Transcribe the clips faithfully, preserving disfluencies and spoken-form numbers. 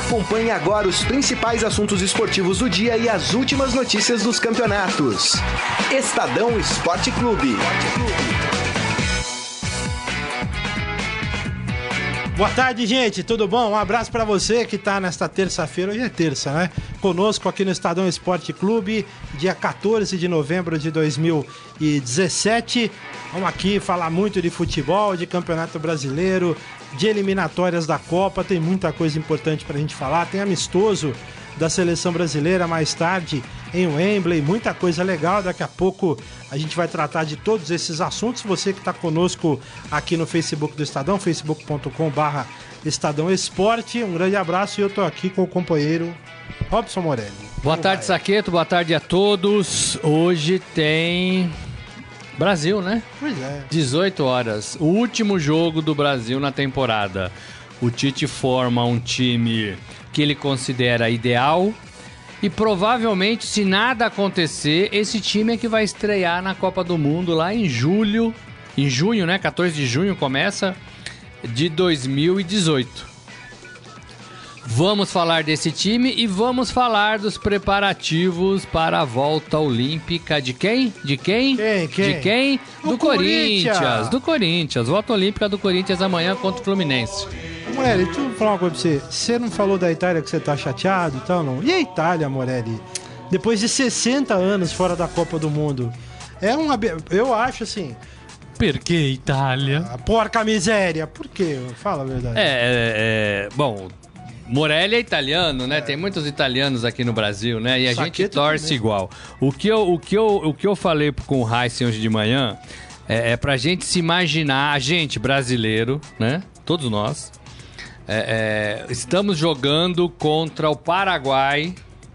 Acompanhe agora os principais assuntos esportivos do dia e as últimas notícias dos campeonatos. Estadão Esporte Clube. Boa tarde, gente, tudo bom? Um abraço para você que está nesta terça-feira, hoje é terça, né? Conosco aqui no Estadão Esporte Clube, dia quatorze de novembro de dois mil e dezessete. Vamos aqui falar muito de futebol, de Campeonato Brasileiro, de eliminatórias da Copa, tem muita coisa importante para a gente falar, tem amistoso da Seleção Brasileira mais tarde em Wembley, muita coisa legal. Daqui a pouco a gente vai tratar de todos esses assuntos. Você que está conosco aqui no Facebook do Estadão, facebook ponto com barra Estadão Esporte, um grande abraço e eu estou aqui com o companheiro Robson Morelli. Boa Como tarde, vai? Saqueto, boa tarde a todos. Hoje tem Brasil, né? Pois é. dezoito horas, o último jogo do Brasil na temporada. O Tite forma um time que ele considera ideal e provavelmente, se nada acontecer, esse time é que vai estrear na Copa do Mundo lá em julho, em junho, né? quatorze de junho começa, de dois mil e dezoito. Vamos falar desse time e vamos falar dos preparativos para a volta olímpica de quem? De quem? Quem? Quem? De quem? Do Do Corinthians. Corinthians. Do Corinthians. Volta olímpica do Corinthians amanhã contra o Fluminense. Morelli, deixa eu falar uma coisa pra você. Você não falou da Itália que você tá chateado e tal, não? E a Itália, Morelli? Depois de sessenta anos fora da Copa do Mundo. É um... Eu acho assim... Por que Itália? A porca miséria. Por quê? Fala a verdade. É, é, é, bom, Morelli é italiano, né? É. Tem muitos italianos aqui no Brasil, né? E a Saqueto gente torce também. igual. O que eu, o que eu, o que eu falei com o Heisen hoje de manhã é, é pra gente se imaginar, a gente brasileiro, né? Todos nós, é, é, estamos jogando contra o Paraguai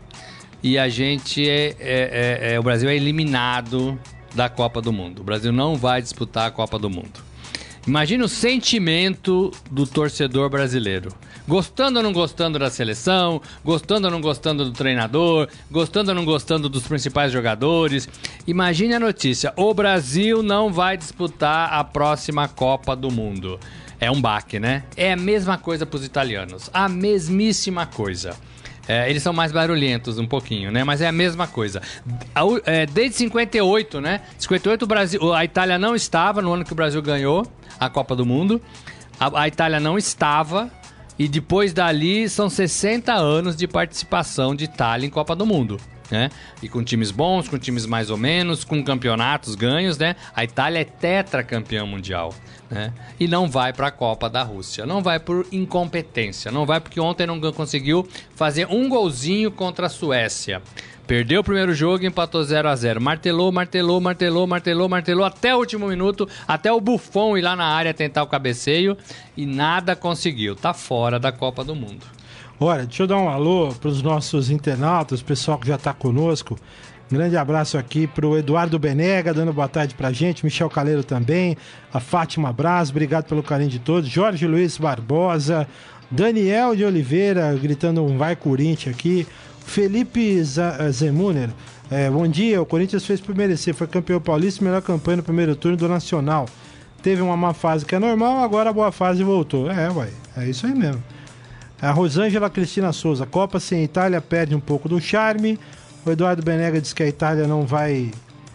e a gente é, é, é, é o Brasil é eliminado da Copa do Mundo. O Brasil não vai disputar a Copa do Mundo. Imagina o sentimento do torcedor brasileiro. Gostando ou não gostando da seleção, gostando ou não gostando do treinador, gostando ou não gostando dos principais jogadores. Imagine a notícia: o Brasil não vai disputar a próxima Copa do Mundo. É um baque, né? É a mesma coisa para os italianos. A mesmíssima coisa. É, eles são mais barulhentos um pouquinho, né? Mas é a mesma coisa. É, desde cinquenta e oito, né? cinquenta e oito o Brasil, a Itália não estava no ano que o Brasil ganhou a Copa do Mundo. A, a Itália não estava. E depois dali são sessenta anos de participação de Itália em Copa do Mundo, né? E com times bons, com times mais ou menos, com campeonatos ganhos, né? A Itália é tetracampeã mundial, né? E não vai para a Copa da Rússia. Não vai por incompetência. Não vai porque ontem não conseguiu fazer um golzinho contra a Suécia. Perdeu o primeiro jogo e empatou zero a zero. Martelou, martelou, martelou, martelou, martelou até o último minuto, até o Buffon ir lá na área tentar o cabeceio e nada conseguiu. Tá fora da Copa do Mundo. Olha, deixa eu dar um alô para os nossos internautas, o pessoal que já está conosco. Um grande abraço aqui para o Eduardo Benega, dando boa tarde para a gente. Michel Caleiro também. A Fátima Braz, obrigado pelo carinho de todos. Jorge Luiz Barbosa. Daniel de Oliveira, gritando um vai Corinthians aqui. Felipe Zemuner, é, bom dia. O Corinthians fez por merecer. Foi campeão paulista, melhor campanha no primeiro turno do Nacional. Teve uma má fase que é normal, agora a boa fase voltou. É, ué, é isso aí mesmo. A Rosângela Cristina Souza, Copa sem Itália perde um pouco do charme. O Eduardo Benega diz que a Itália não vai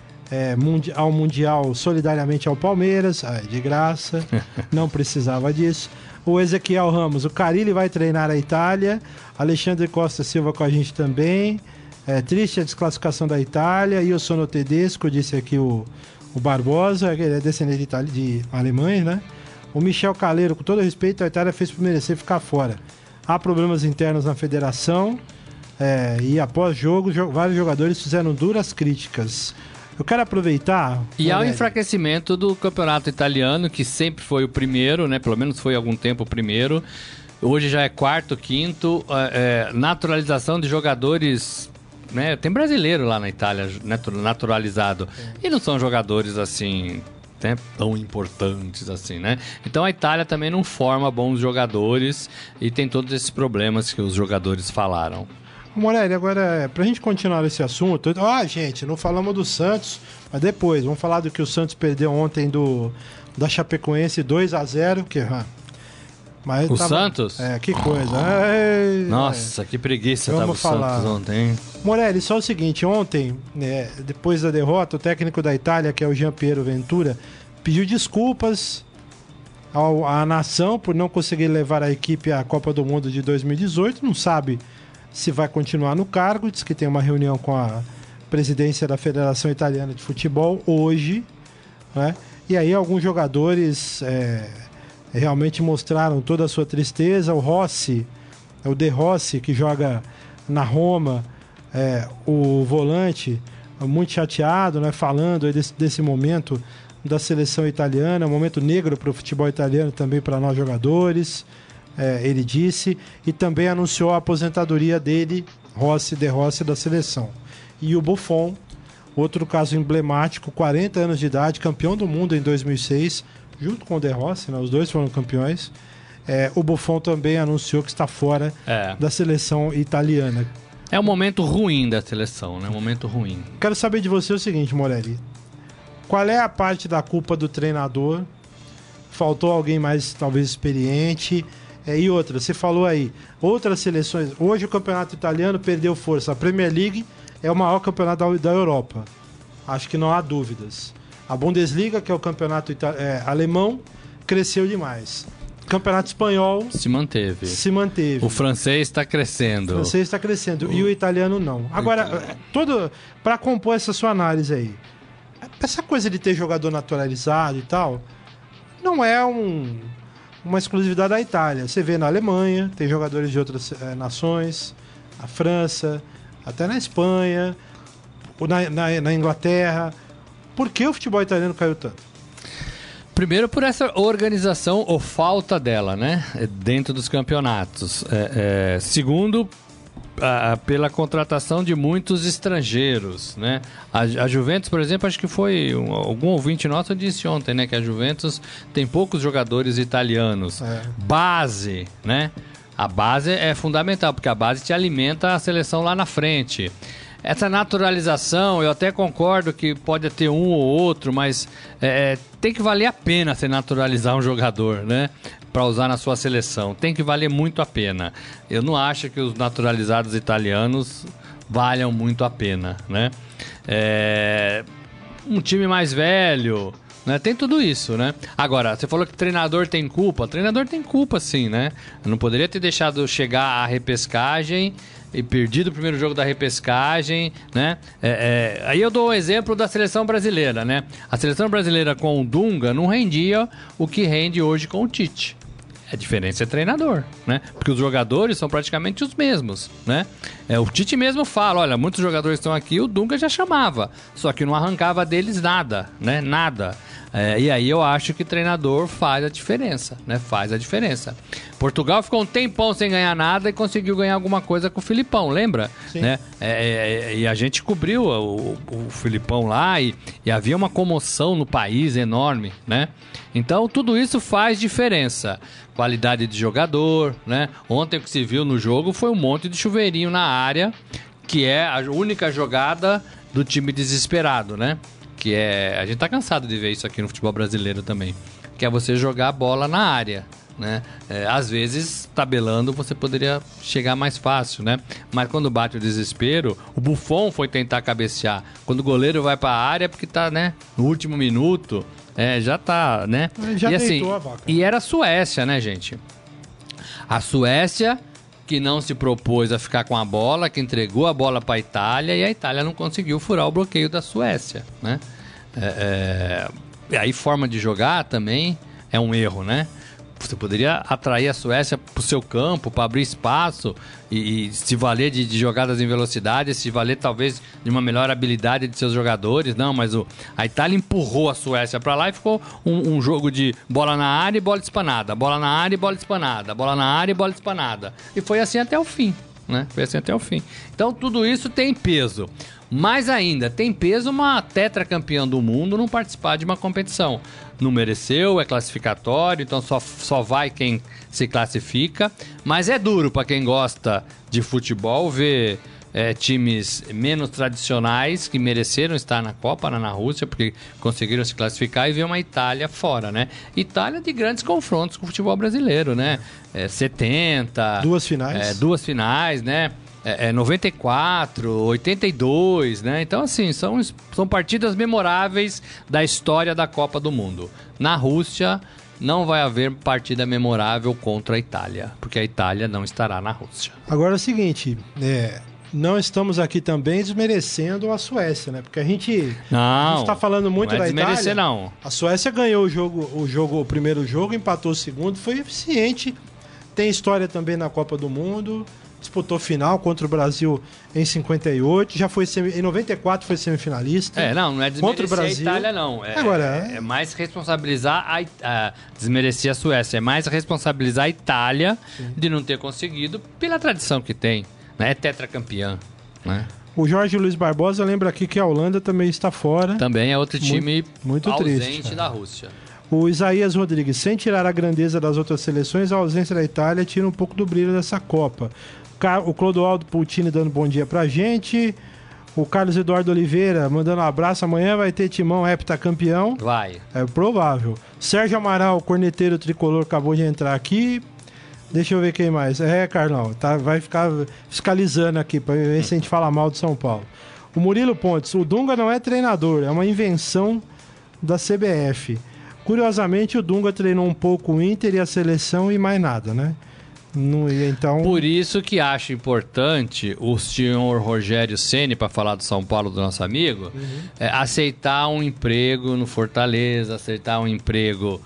é, mundi- ao Mundial solidariamente ao Palmeiras. Ah, de graça, não precisava disso. O Ezequiel Ramos, o Carille vai treinar a Itália. Alexandre Costa Silva com a gente também. É triste a desclassificação da Itália. E o Sono Tedesco, disse aqui o, o Barbosa, ele é descendente de, Itália, de alemães, né? O Michel Caleiro, com todo respeito, a Itália fez por merecer ficar fora. Há problemas internos na federação. É, e após jogo, jo- vários jogadores fizeram duras críticas. Eu quero aproveitar... E há o Morelli, enfraquecimento do campeonato italiano, que sempre foi o primeiro, né? Pelo menos foi há algum tempo o primeiro. Hoje já é quarto, quinto. É, naturalização de jogadores... Né? Tem brasileiro lá na Itália naturalizado. É. E não são jogadores assim... Né, tão importantes assim, né? Então a Itália também não forma bons jogadores e tem todos esses problemas que os jogadores falaram. Morelli, agora, pra gente continuar esse assunto... Ah, gente, não falamos do Santos, mas depois, vamos falar do que o Santos perdeu ontem do, da Chapecoense dois a zero, que... Ah, Mas o tava... Santos? É, que coisa. Ai, Nossa, ai. Que preguiça tava o falar. Santos ontem, hein? Morelli, só o seguinte, ontem, né, depois da derrota, o técnico da Itália, que é o Gian Piero Ventura, pediu desculpas ao, à nação por não conseguir levar a equipe à Copa do Mundo de dois mil e dezoito, não sabe se vai continuar no cargo, diz que tem uma reunião com a presidência da Federação Italiana de Futebol hoje, né? E aí alguns jogadores é, realmente mostraram toda a sua tristeza. O Rossi, o De Rossi, que joga na Roma, é, o volante, muito chateado, né? Falando aí desse, desse momento da seleção italiana, um momento negro para o futebol italiano, também para nós jogadores, é, ele disse, e também anunciou a aposentadoria dele, Rossi, De Rossi, da seleção. E o Buffon, outro caso emblemático, quarenta anos de idade, campeão do mundo em dois mil e seis, junto com o De Rossi, né? Os dois foram campeões. É, o Buffon também anunciou que está fora é. da seleção italiana. É um momento ruim da seleção, né? Um momento ruim. Quero saber de você o seguinte, Morelli. Qual é a parte da culpa do treinador? Faltou alguém mais, talvez, experiente? É, e outra, você falou aí, outras seleções... Hoje o campeonato italiano perdeu força. A Premier League é o maior campeonato da, da Europa. Acho que não há dúvidas. A Bundesliga, que é o campeonato ita- é, alemão, cresceu demais. O campeonato espanhol... Se manteve. Se manteve. O francês está crescendo. O francês está crescendo. O... E o italiano não. Agora, todo para compor essa sua análise aí, essa coisa de ter jogador naturalizado e tal, não é um, uma exclusividade da Itália. Você vê na Alemanha, tem jogadores de outras é, nações, na França, até na Espanha, na, na, na Inglaterra. Por que o futebol italiano caiu tanto? Primeiro por essa organização ou falta dela, né? Dentro dos campeonatos. É, é, segundo, a, a, pela contratação de muitos estrangeiros, né? A, a Juventus, por exemplo, acho que foi um, algum ouvinte nosso disse ontem, né? Que a Juventus tem poucos jogadores italianos. É. Base, né? A base é fundamental, porque a base te alimenta a seleção lá na frente. Essa naturalização, eu até concordo que pode ter um ou outro, mas é, tem que valer a pena você naturalizar um jogador, né? Para usar na sua seleção. Tem que valer muito a pena. Eu não acho que os naturalizados italianos valham muito a pena, né? É, um time mais velho... Né? Tem tudo isso, né? Agora, você falou que treinador tem culpa. Treinador tem culpa, sim, né? Eu não poderia ter deixado chegar a repescagem e perdido o primeiro jogo da repescagem, né? É, é... Aí eu dou o exemplo da seleção brasileira, né? A seleção brasileira com o Dunga não rendia o que rende hoje com o Tite. A diferença é treinador, né? Porque os jogadores são praticamente os mesmos, né? É, o Tite mesmo fala, olha, muitos jogadores estão aqui, o Dunga já chamava, só que não arrancava deles nada, né? Nada. É, e aí eu acho que treinador faz a diferença, né? Faz a diferença. Portugal ficou um tempão sem ganhar nada e conseguiu ganhar alguma coisa com o Filipão, lembra? Sim. Né? É, é, e a gente cobriu o, o Filipão lá e, e havia uma comoção no país enorme, né? Então tudo isso faz diferença. Qualidade de jogador, né? Ontem o que se viu no jogo foi um monte de chuveirinho na área, que é a única jogada do time desesperado, né? Que é... A gente tá cansado de ver isso aqui no futebol brasileiro também. Que é você jogar a bola na área, né? É, às vezes, tabelando, você poderia chegar mais fácil, né? Mas quando bate o desespero, o Buffon foi tentar cabecear. Quando o goleiro vai pra área, é porque tá, né? No último minuto... É, já tá, né? Já e assim, a vaca. E era a Suécia, né, gente? A Suécia que não se propôs a ficar com a bola, que entregou a bola para a Itália e a Itália não conseguiu furar o bloqueio da Suécia, né? É, é... E aí forma de jogar também é um erro, né? Você poderia atrair a Suécia para o seu campo, para abrir espaço e, e se valer de, de jogadas em velocidade, se valer talvez de uma melhor habilidade de seus jogadores. Não, mas o, a Itália empurrou a Suécia para lá e ficou um, um jogo de bola na área e bola espanada, bola na área e bola espanada, bola na área e bola espanada. E foi assim até o fim, né? Foi assim até o fim. Então tudo isso tem peso. Mais ainda, tem peso uma tetracampeã do mundo não participar de uma competição. Não mereceu, é classificatório, então só, só vai quem se classifica. Mas é duro para quem gosta de futebol ver é, times menos tradicionais que mereceram estar na Copa, na, na Rússia, porque conseguiram se classificar, e ver uma Itália fora, né? Itália de grandes confrontos com o futebol brasileiro, né? É, setenta... Duas finais. É, duas finais, né? É, é noventa e quatro, oitenta e dois, né? Então, assim, são, são partidas memoráveis da história da Copa do Mundo. Na Rússia, não vai haver partida memorável contra a Itália, porque a Itália não estará na Rússia. Agora é o seguinte, é, não estamos aqui também desmerecendo a Suécia, né? Porque a gente não está falando muito não é da desmerecer, Itália. Não. A Suécia ganhou o jogo, o jogo, o primeiro jogo, empatou o segundo, foi eficiente. Tem história também na Copa do Mundo. Disputou final contra o Brasil em cinquenta e oito, já foi semi, em noventa e quatro foi semifinalista. É, não, não é desmerecer contra o Brasil. a Itália, não. É, Agora, é, é mais responsabilizar a, a desmerecer a Suécia, é mais responsabilizar a Itália Sim. de não ter conseguido pela tradição que tem, né? É tetracampeã, né? O Jorge Luiz Barbosa lembra aqui que a Holanda também está fora. Também é outro time muito, muito ausente triste, da Rússia. O Isaías Rodrigues, sem tirar a grandeza das outras seleções, a ausência da Itália tira um pouco do brilho dessa Copa. O Clodoaldo Pultini dando bom dia pra gente. O Carlos Eduardo Oliveira mandando um abraço. Amanhã vai ter Timão heptacampeão. Vai. É provável. Sérgio Amaral, corneteiro tricolor, acabou de entrar aqui. Deixa eu ver quem mais. É, Carlão, tá, vai ficar fiscalizando aqui pra ver se a gente fala mal de São Paulo. O Murilo Pontes, o Dunga não é treinador, é uma invenção da C B F. Curiosamente, o Dunga treinou um pouco o Inter e a seleção e mais nada, né? Não ia, então... Por isso que acho importante o senhor Rogério Ceni, para falar do São Paulo, do nosso amigo, uhum. é, aceitar um emprego no Fortaleza, aceitar um emprego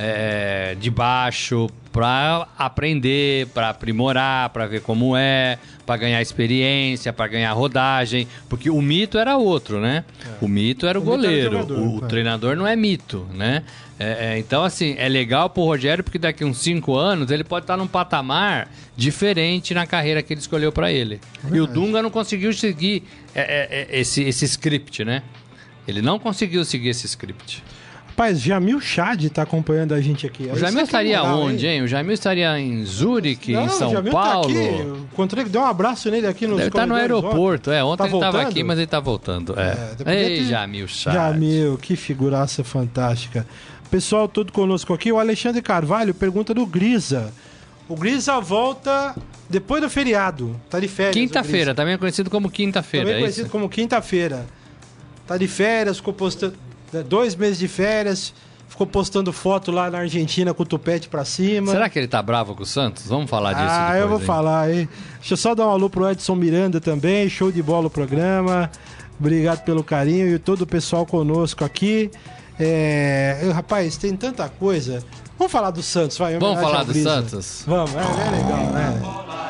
é, de baixo para aprender, para aprimorar, para ver como é, para ganhar experiência, para ganhar rodagem, porque o mito era outro, né? É. O mito era o, o goleiro, era o, jogador, o, o treinador não é mito, né? É, é, então, assim, é legal pro Rogério porque daqui uns cinco anos ele pode estar num patamar diferente na carreira que ele escolheu para ele. É e o Dunga não conseguiu seguir é, é, esse, esse script, né? Ele não conseguiu seguir esse script. Rapaz, Jamil Chad tá acompanhando a gente aqui. O Jamil estaria é moral, onde, hein? hein? O Jamil estaria em Zurique, não, em São o Jamil Paulo. Tá aqui. Encontrei, deu um abraço nele aqui no. Ele tá no aeroporto, ontem. é. Ontem tá ele voltando? tava aqui, mas ele tá voltando. É. é Ei, ter... Jamil Chad. Jamil, que figuraça fantástica. Pessoal todo conosco aqui. O Alexandre Carvalho pergunta do Grisa. O Grisa volta depois do feriado. Tá de férias. Quinta-feira, também é conhecido como quinta-feira. Também é é conhecido isso? como quinta-feira. Tá de férias, ficou postando. Dois meses de férias. Ficou postando foto lá na Argentina com o tupete pra cima. Será que ele tá bravo com o Santos? Vamos falar disso Ah, depois, eu vou hein? falar, hein? Deixa eu só dar um alô pro Edson Miranda também. Show de bola o programa. Obrigado pelo carinho e todo o pessoal conosco aqui. É... Eu, rapaz, tem tanta coisa. Vamos falar do Santos, vai. Vamos falar do Santos? Vamos, é, é legal, né?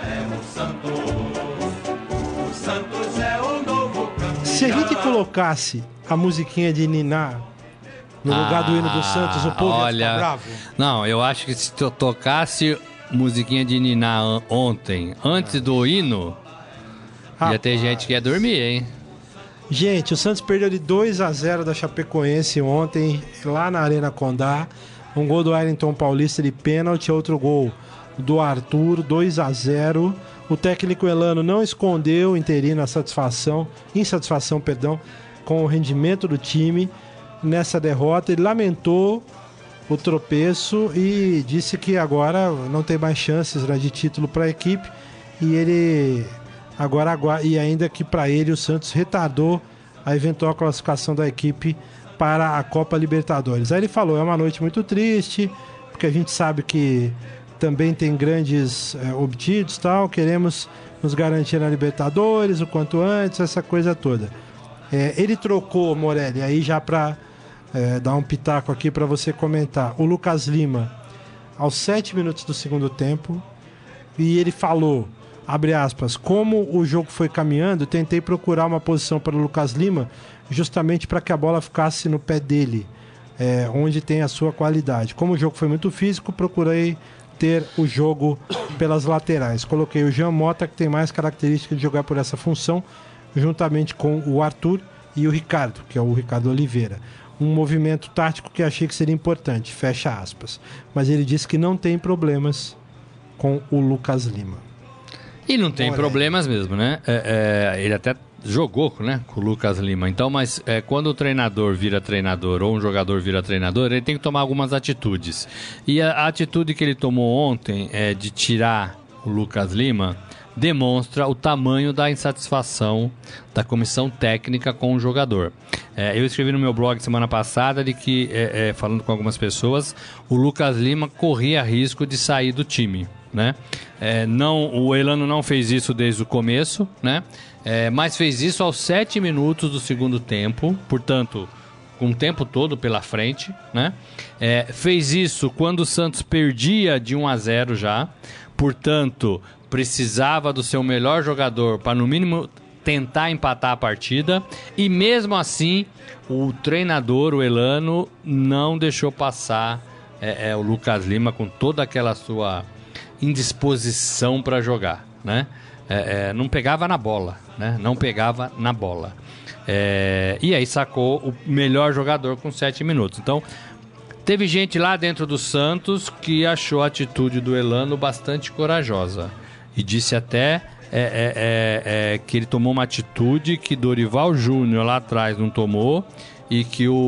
Se a gente colocasse a musiquinha de Niná no ah, lugar do hino do Santos, o povo olha, ia ficar bravo? Não, eu acho que se eu tocasse musiquinha de Niná ontem, antes do hino, ah, ia ter pá. gente que ia dormir, hein? Gente, o Santos perdeu de dois a zero da Chapecoense ontem, lá na Arena Condá. Um gol do Wellington Paulista de pênalti, outro gol do Arthur, dois a zero. O técnico Elano não escondeu o interino a satisfação, insatisfação, perdão, com o rendimento do time nessa derrota. Ele lamentou o tropeço e disse que agora não tem mais chances, né, de título para a equipe. E ele agora e ainda que para ele o Santos retardou a eventual classificação da equipe para a Copa Libertadores. Aí ele falou, é uma noite muito triste, porque a gente sabe que também tem grandes é, obtidos, tal, queremos nos garantir na Libertadores o quanto antes, essa coisa toda. É, ele trocou, Morelli, aí já para é, dar um pitaco aqui para você comentar, o Lucas Lima aos sete minutos do segundo tempo, e ele falou, abre aspas, como o jogo foi caminhando, tentei procurar uma posição para o Lucas Lima justamente para que a bola ficasse no pé dele, é, onde tem a sua qualidade. Como o jogo foi muito físico, procurei ter o jogo pelas laterais. Coloquei o Jean Mota, que tem mais característica de jogar por essa função, juntamente com o Arthur e o Ricardo, que é o Ricardo Oliveira. Um movimento tático que achei que seria importante, fecha aspas. Mas ele disse que não tem problemas com o Lucas Lima. E não tem problemas mesmo, né? É, é, ele até jogou, né, com o Lucas Lima. Então, mas é, quando o treinador vira treinador ou um jogador vira treinador, ele tem que tomar algumas atitudes. E a, a atitude que ele tomou ontem é de tirar o Lucas Lima demonstra o tamanho da insatisfação da comissão técnica com o jogador. É, eu escrevi no meu blog semana passada de que, é, é, falando com algumas pessoas, o Lucas Lima corria risco de sair do time, né? É, não, o Elano não fez isso desde o começo, né? É, mas fez isso aos sete minutos do segundo tempo, portanto, com o tempo todo pela frente, né? É, fez isso quando o Santos perdia de um a zero já, portanto, precisava do seu melhor jogador para, no mínimo, tentar empatar a partida. E mesmo assim, o treinador, o Elano, não deixou passar é, é, o Lucas Lima com toda aquela sua indisposição para jogar, né? É, é, não pegava na bola, né? Não pegava na bola. É, e aí sacou o melhor jogador com sete minutos. Então, teve gente lá dentro do Santos que achou a atitude do Elano bastante corajosa. E disse até é, é, é, é, que ele tomou uma atitude que Dorival Júnior lá atrás não tomou e que o,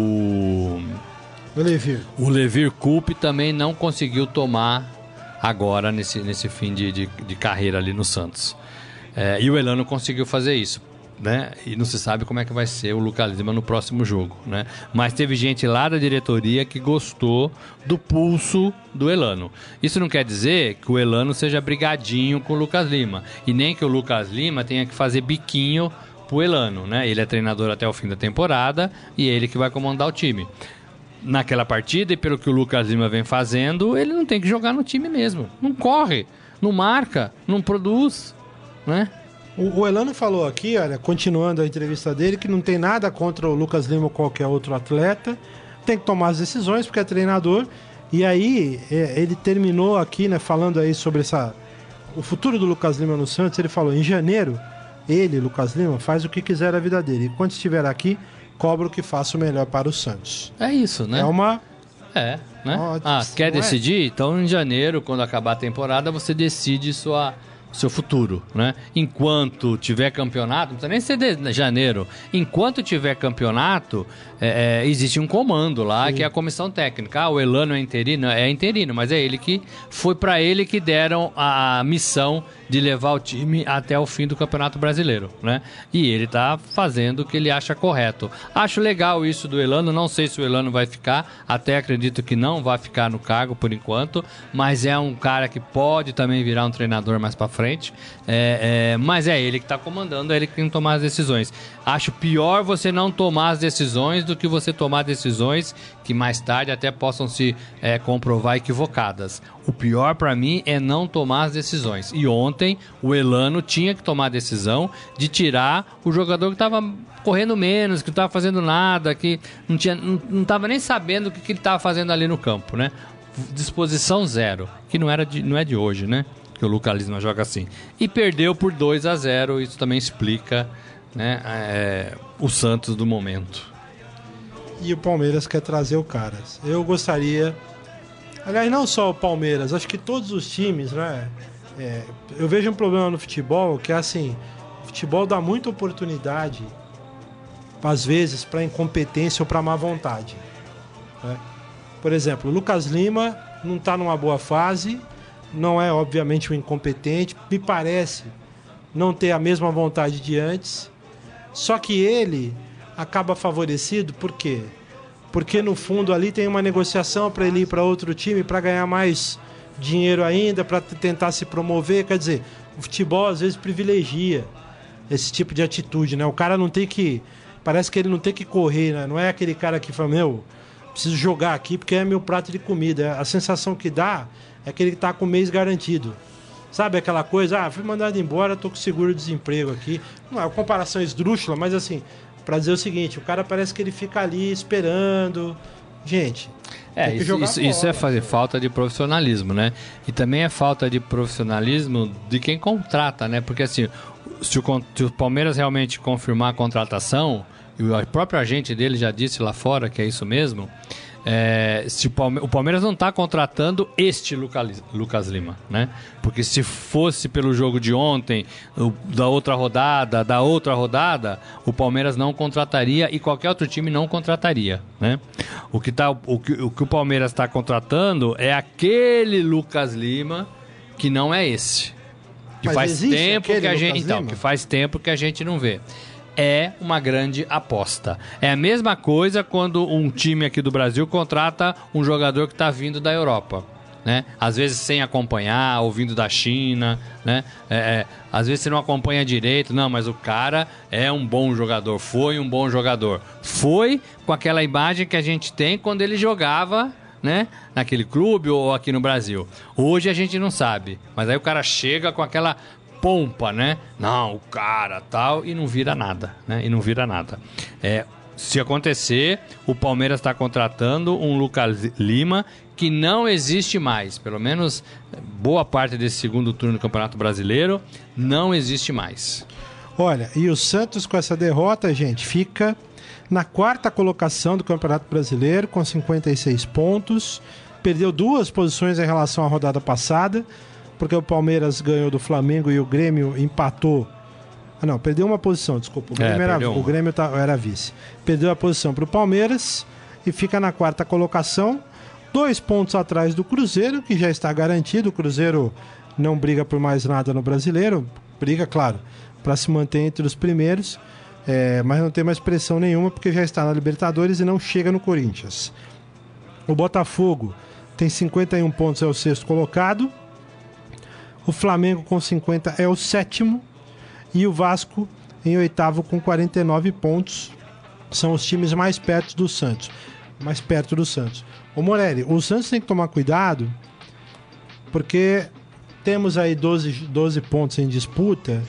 o, o, o Levir o Levir Coupe também não conseguiu tomar agora nesse, nesse fim de, de, de carreira ali no Santos. É, e o Elano conseguiu fazer isso, né? E não se sabe como é que vai ser o Lucas Lima no próximo jogo, né? Mas teve gente lá da diretoria que gostou do pulso do Elano. Isso não quer dizer que o Elano seja brigadinho com o Lucas Lima, e nem que o Lucas Lima tenha que fazer biquinho pro Elano, né? Ele é treinador até o fim da temporada e é ele que vai comandar o time. Naquela partida, e pelo que o Lucas Lima vem fazendo, ele não tem que jogar no time mesmo. Não corre, não marca, não produz, né? O, o Elano falou aqui, olha, continuando a entrevista dele, que não tem nada contra o Lucas Lima ou qualquer outro atleta, tem que tomar as decisões porque é treinador. E aí é, ele terminou aqui, né, falando aí sobre essa, o futuro do Lucas Lima no Santos. Ele falou, em janeiro, ele, Lucas Lima, faz o que quiser da vida dele. E quando estiver aqui, cobra o que faça o melhor para o Santos. É isso, né? É uma... É, né? Uma... Ah, quer não decidir? É? Então, em janeiro, quando acabar a temporada, você decide sua... seu futuro, né? Enquanto tiver campeonato, não precisa nem ser de janeiro, enquanto tiver campeonato, é, é, existe um comando lá, sim, que é a comissão técnica. Ah, o Elano é interino? É interino, mas é ele que, foi para ele que deram a missão de levar o time até o fim do Campeonato Brasileiro, né? E ele tá fazendo o que ele acha correto. Acho legal isso do Elano, não sei se o Elano vai ficar, até acredito que não vai ficar no cargo por enquanto, mas é um cara que pode também virar um treinador mais para frente, é, é, mas é ele que está comandando, é ele que tem que tomar as decisões. Acho pior você não tomar as decisões do que você tomar decisões que mais tarde até possam se é, comprovar equivocadas. O pior para mim é não tomar as decisões. E ontem o Elano tinha que tomar a decisão de tirar o jogador que estava correndo menos, que não estava fazendo nada, que não tinha, não estava nem sabendo o que, que ele estava fazendo ali no campo, né? Disposição zero, que não, era de, não é de hoje, né? Que o Lucas Lima joga assim. E perdeu por dois a zero, isso também explica, né, é, o Santos do momento. E o Palmeiras quer trazer o Caras. Eu gostaria... Aliás, não só o Palmeiras, acho que todos os times, né? É, eu vejo um problema no futebol que é assim, o futebol dá muita oportunidade, às vezes, para incompetência ou para má vontade, né? Por exemplo, o Lucas Lima não está numa boa fase, não é obviamente um incompetente, me parece não ter a mesma vontade de antes, só que ele acaba favorecido, por quê? Porque no fundo ali tem uma negociação para ele ir para outro time para ganhar mais dinheiro ainda, para tentar se promover. Quer dizer, o futebol às vezes privilegia esse tipo de atitude, né? O cara não tem que... Parece que ele não tem que correr, né? Não é aquele cara que fala, meu, preciso jogar aqui porque é meu prato de comida. A sensação que dá é que ele tá com o mês garantido. Sabe aquela coisa? Ah, fui mandado embora, tô com seguro-desemprego aqui. Não é uma comparação esdrúxula, mas assim... Pra dizer o seguinte, o cara parece que ele fica ali esperando. Gente, é, isso, isso, isso é fazer falta de profissionalismo, né? E também é falta de profissionalismo de quem contrata, né? Porque assim, se o, se o Palmeiras realmente confirmar a contratação, e o próprio agente dele já disse lá fora que é isso mesmo, É, se o, Palme- o Palmeiras não está contratando este Lucas, Lucas Lima, né? Porque se fosse pelo jogo de ontem, o, da outra rodada, da outra rodada, o Palmeiras não contrataria e qualquer outro time não contrataria, né? O que, tá, o, que, o que o Palmeiras está contratando é aquele Lucas Lima que não é esse. Que Mas faz tempo que a Lucas gente, então, Lima? que faz tempo que a gente não vê. É uma grande aposta. É a mesma coisa quando um time aqui do Brasil contrata um jogador que está vindo da Europa, né? Às vezes sem acompanhar, ou vindo da China, né? É, é, às vezes você não acompanha direito, não, mas o cara é um bom jogador, foi um bom jogador. Foi com aquela imagem que a gente tem quando ele jogava, né, naquele clube ou aqui no Brasil. Hoje a gente não sabe, mas aí o cara chega com aquela pompa, né? Não, o cara tal, e não vira nada, né? E não vira nada. É, se acontecer, o Palmeiras está contratando um Lucas Lima que não existe mais. Pelo menos boa parte desse segundo turno do Campeonato Brasileiro não existe mais. Olha, e o Santos com essa derrota, gente, fica na quarta colocação do Campeonato Brasileiro com cinquenta e seis pontos. Perdeu duas posições em relação à rodada passada, porque o Palmeiras ganhou do Flamengo e o Grêmio empatou. Ah, não, perdeu uma posição, desculpa. O Grêmio, É, era, perdeu o uma. Grêmio tá, era vice. Perdeu a posição para o Palmeiras e fica na quarta colocação, dois pontos atrás do Cruzeiro, que já está garantido. O Cruzeiro não briga por mais nada no Brasileiro, briga, claro, para se manter entre os primeiros, é, mas não tem mais pressão nenhuma, porque já está na Libertadores e não chega no Corinthians. O Botafogo tem cinquenta e um pontos, é o sexto colocado. O Flamengo com cinquenta é o sétimo. E o Vasco em oitavo com quarenta e nove pontos. São os times mais perto do Santos. Mais perto do Santos. Ô Morelli, o Santos tem que tomar cuidado, porque temos aí doze, doze pontos em disputa.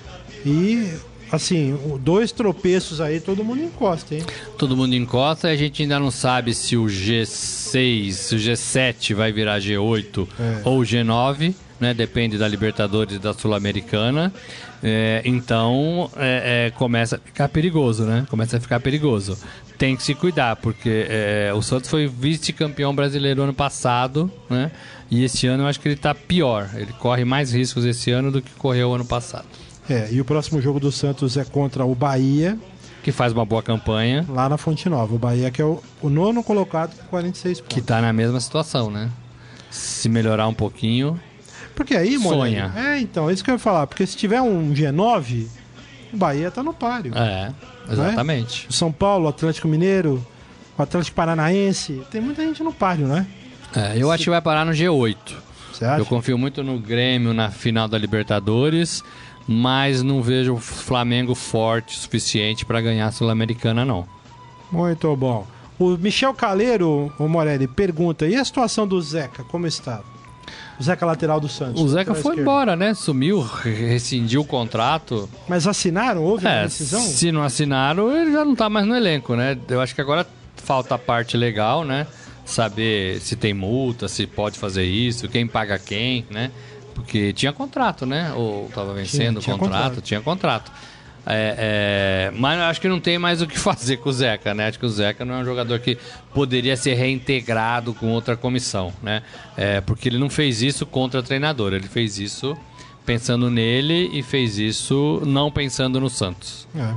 E, assim, dois tropeços aí, todo mundo encosta, hein? Todo mundo encosta e a gente ainda não sabe se o G seis, se o G sete vai virar G oito É. ou G nove, né? Depende da Libertadores e da Sul-Americana. É, então é, é, começa a ficar perigoso, né? Começa a ficar perigoso. Tem que se cuidar, porque é, o Santos foi vice-campeão brasileiro ano passado, né? E esse ano eu acho que ele tá pior. Ele corre mais riscos esse ano do que correu ano passado. É, e o próximo jogo do Santos é contra o Bahia, Que faz uma boa campanha, lá na Fonte Nova. O Bahia que é o, o nono colocado com quarenta e seis pontos. que tá na mesma situação, né? Se melhorar um pouquinho... Porque aí, Morelli, Sonha. É, então, é isso que eu ia falar. Porque se tiver um G nove, o Bahia tá no páreo. É, exatamente. O São Paulo, o Atlético Mineiro, o Atlético Paranaense. Tem muita gente no páreo, né? É, eu acho que vai parar no G oito. Você acha? Eu confio muito no Grêmio na final da Libertadores, mas não vejo o Flamengo forte o suficiente para ganhar a Sul-Americana, não. Muito bom. O Michel Caleiro, o Morelli, pergunta: e a situação do Zeca, como está? O Zeca lateral do Santos. O Zeca lateral foi esquerdo. embora, né? Sumiu, rescindiu o contrato. Mas assinaram? Houve uma É, decisão? se não assinaram, ele já não tá mais no elenco, né? Eu acho que agora falta a parte legal, né? Saber se tem multa, se pode fazer isso, quem paga quem, né? Porque tinha contrato, né? Ou tava vencendo Tinha- tinha o contrato, contrato. tinha contrato. É, é, mas eu acho que não tem mais o que fazer com o Zeca, né? Acho que o Zeca não é um jogador que poderia ser reintegrado com outra comissão, né? É, porque ele não fez isso contra treinador, ele fez isso pensando nele e fez isso não pensando no Santos. É.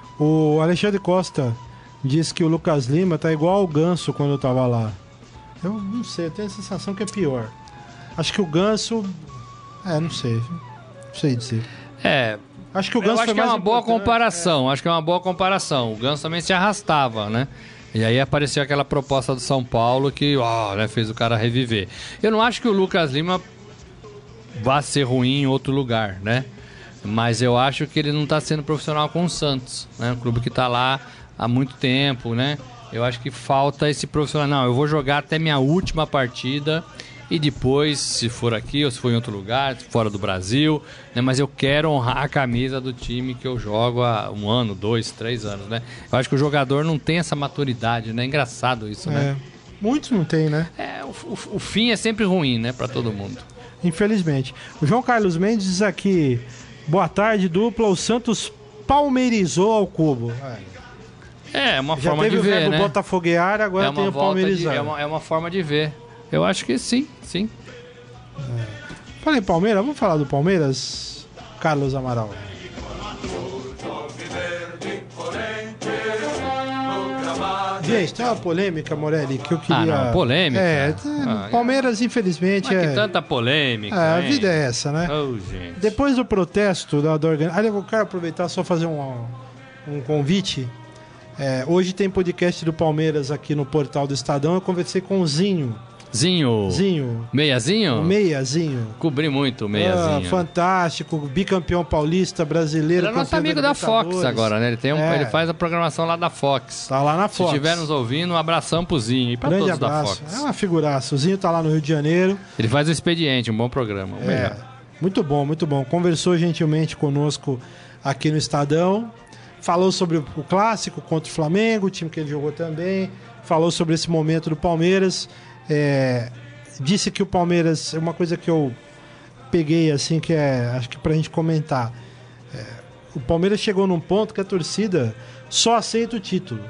O Alexandre Costa diz que o Lucas Lima tá igual ao Ganso quando eu tava lá. Eu não sei, eu tenho a sensação que é pior. Acho que o Ganso... É, não sei. Não sei dizer. É, Acho que o eu Ganso acho foi que é mais uma boa importante, comparação, acho que é uma boa comparação. O Ganso também se arrastava, né? E aí apareceu aquela proposta do São Paulo que, ó, né, fez o cara reviver. Eu não acho que o Lucas Lima vá ser ruim em outro lugar, né? Mas eu acho que ele não tá sendo profissional com o Santos, né? Um clube que tá lá há muito tempo, né? Eu acho que falta esse profissional. Não, eu vou jogar até minha última partida e depois, se for aqui ou se for em outro lugar, fora do Brasil, né? Mas eu quero honrar a camisa do time que eu jogo há um ano, dois, três anos, né? Eu acho que o jogador não tem essa maturidade, né? É engraçado isso, né? É. Muitos não tem, né? É, o, o, o fim é sempre ruim, né? Pra todo mundo. Infelizmente. O João Carlos Mendes diz aqui: boa tarde, dupla. O Santos palmeirizou ao cubo. É. É, uma Já forma teve de o ver, verbo né? botafoguear, agora É uma, tem o volta de, palmeirizar. é, uma, é uma forma de ver. Eu acho que sim, sim. Falei Palmeiras, vamos falar do Palmeiras, Carlos Amaral. Gente, tem uma polêmica, Morelli, que eu queria... Ah, não, polêmica? É, Ah, Palmeiras, infelizmente... Mas é... que tanta polêmica, É, a hein? vida é essa, né? Oh, gente. Depois do protesto da, da organização... Eu quero aproveitar só fazer um, um convite. É, hoje tem podcast do Palmeiras aqui no portal do Estadão. Eu conversei com o Zinho. Zinho. Zinho. Meiazinho? O Meiazinho. Cobri muito o Meiazinho. Ah, fantástico, bicampeão paulista, brasileiro. Ele é nosso campeão amigo da Fox Libertadores. agora, né? Ele, tem um, É. ele faz a programação lá da Fox. Tá lá na Se Fox. estiver nos ouvindo, um abração pro Zinho e pra Grande todos abraço. da Fox. É uma figuraça. O Zinho tá lá no Rio de Janeiro. Ele faz o Expediente, um bom programa. o É, melhor. muito bom, muito bom. Conversou gentilmente conosco aqui no Estadão. Falou sobre o clássico contra o Flamengo, o time que ele jogou também. Falou sobre esse momento do Palmeiras. É, disse que o Palmeiras, é uma coisa que eu peguei assim, que é, acho que pra gente comentar. É, o Palmeiras chegou num ponto que a torcida só aceita o título.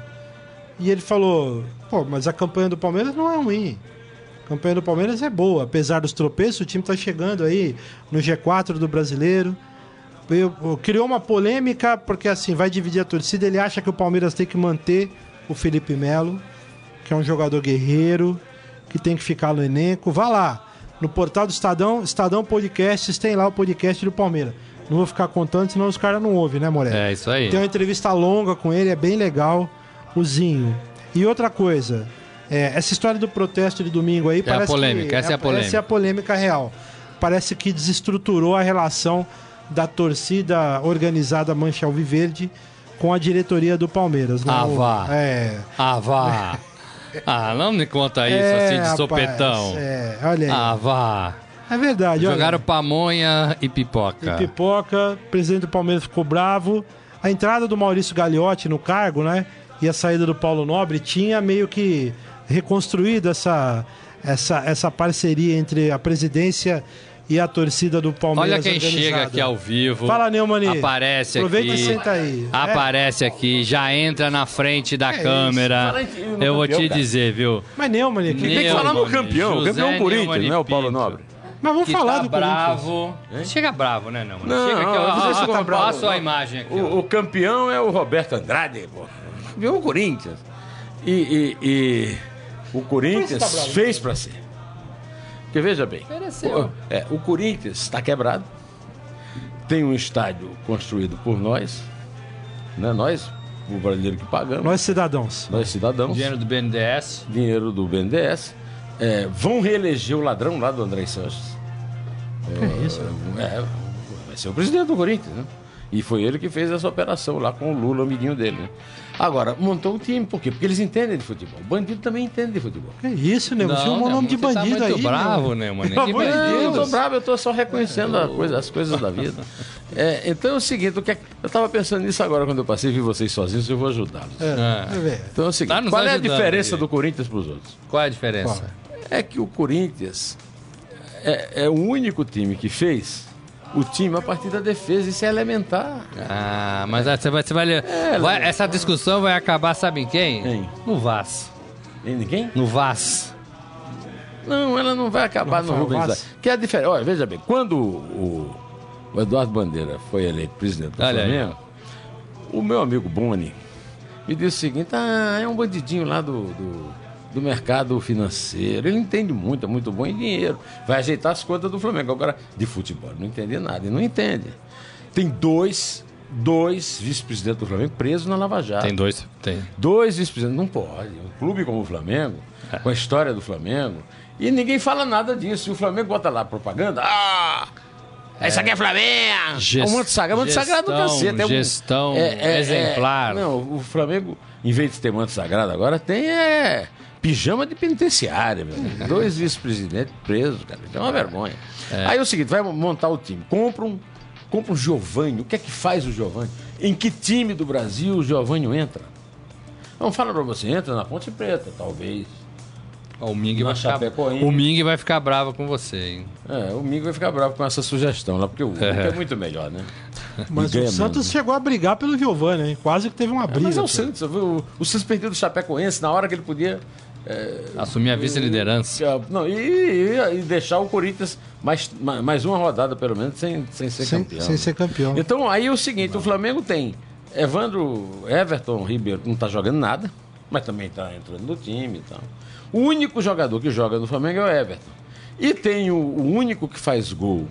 E ele falou, pô, mas a campanha do Palmeiras não é ruim. A campanha do Palmeiras é boa, apesar dos tropeços, o time está chegando aí no G quatro do Brasileiro. Eu, eu, criou uma polêmica, porque assim, vai dividir a torcida, ele acha que o Palmeiras tem que manter o Felipe Melo, que é um jogador guerreiro, que tem que ficar no elenco. Vá lá, no portal do Estadão, Estadão Podcasts, tem lá o podcast do Palmeiras. Não vou ficar contando, senão os caras não ouvem, né, Moreira? É, isso aí. Tem uma entrevista longa com ele, é bem legal, o Zinho. E outra coisa, é, essa história do protesto de domingo aí... É a polêmica, que, essa é a polêmica. Essa é a polêmica real. Parece que desestruturou a relação da torcida organizada Mancha Alviverde com a diretoria do Palmeiras. Ah, Não, vá. É... Ah, vá. Ah, não me conta isso É, assim de rapaz, sopetão. É, olha aí. Ah, vá. É verdade, olha. Jogaram pamonha e pipoca. E pipoca, o presidente do Palmeiras ficou bravo. A entrada do Maurício Gagliotti no cargo, né? E a saída do Paulo Nobre tinha meio que reconstruído essa, essa, essa parceria entre a presidência e a torcida do Palmeiras. Olha quem organizada. chega aqui ao vivo. Fala, Neumani. Aparece Aproveita aqui. e senta aí. Aparece aqui, já entra na frente da É câmera. Fala em- no Eu vou campeão, te cara. dizer, viu? Mas Neumani, que... Ne- Tem que falar no Neumann, campeão. O José campeão é o Corinthians, Neumann não é o Paulo Pinto. Nobre. mas vamos Que falar tá do Corinthians. bravo. Chega bravo, né, não? Não, Chega aqui, ó. não sei se ó, eu tô bravo, Passo a não. imagem aqui. ó. O, o campeão é o Roberto Andrade, pô. Viu o Corinthians. E, e- e o Corinthians Por isso tá bravo. fez pra ser. Porque veja bem, Ofereceu. o, é, o Corinthians está quebrado, tem um estádio construído por nós, né? Nós, o brasileiro que pagamos, nós, Nós cidadãos. cidadãos, Dinheiro do B N D E S. dinheiro do B N D E S, é, vão reeleger o ladrão lá do André Sanches. É isso. É, vai ser o presidente do Corinthians, né? E foi ele que fez essa operação lá com o Lula, amiguinho dele, né? Agora, montou o time, por quê? Porque eles entendem de futebol. Bandido também entende de futebol. Que isso, Neumann? Você é um nome de você tá bandido muito aí. bravo, Neumann. né, mano? Pelo Que amor de bandido. Não, eu tô Deus. bravo, eu tô só reconhecendo a coisa- as coisas da vida. É, então é o seguinte, o que é- eu tava pensando nisso agora quando eu passei e vi vocês sozinhos, eu vou ajudá-los. Ah. Vai ver. Então é o seguinte, Tá nos qual é a ajudando diferença aí. do Corinthians para os outros? Qual é a diferença? É que o Corinthians é, é o único time que fez o time a partir da defesa, isso é elementar. Ah, mas aí você vai, você vai, ler- vai- essa discussão vai acabar, sabe em quem? Quem? No Vaz. E ninguém? No Vaz. Não, ela não vai acabar no Rafael Rubens. Vaz. Que é a diferença. Olha, veja bem, quando o, o Eduardo Bandeira foi eleito presidente do Olha aí. Flamengo, o meu amigo Boni me disse o seguinte: ah, é um bandidinho lá do, do, do mercado financeiro. Ele entende muito, é muito bom em dinheiro. Vai ajeitar as contas do Flamengo. Agora, de futebol, não entende nada. Ele não entende. Tem dois, dois vice-presidentes do Flamengo presos na Lava Jato. Tem dois. Tem. Dois vice-presidentes, não pode. Um clube como o Flamengo, com a história do Flamengo, e ninguém fala nada disso. E o Flamengo bota lá propaganda. Ah! Isso aqui é Flamengo! Gest- é um manto sagrado, manto sagrado do gestão, cacete. É um, gestão exemplar. não, o Flamengo, em vez de ter manto sagrado agora, tem é, pijama de penitenciária. Meu amigo. Dois vice-presidentes presos, cara. Isso é uma vergonha. Aí é o seguinte, vai montar o time. Compra um, compra um Giovânio. O que é que faz o Giovânio? Em que time do Brasil o Giovânio entra? Não, fala pra você, entra na Ponte Preta, talvez. O Ming, vai ficar, Chapecoense. o Ming vai ficar bravo com você, hein? É, o Ming vai ficar bravo com essa sugestão lá, porque o Ming é, é muito melhor, né? Mas o Santos menos. chegou a brigar pelo Giovani, hein? Quase que teve uma briga. É, mas é o Santos, o, o Santos perdeu do Chapecoense na hora que ele podia... É, assumir a vice-liderança. Não, e, e, e deixar o Corinthians mais, mais uma rodada, pelo menos, sem, sem ser sem, campeão. Sem ser campeão. Então, aí é o seguinte, não. O Flamengo tem Evandro, Everton Ribeiro, que não está jogando nada, mas também está entrando no time e tal. O único jogador que joga no Flamengo é o Everton. E tem o, o único que faz gol,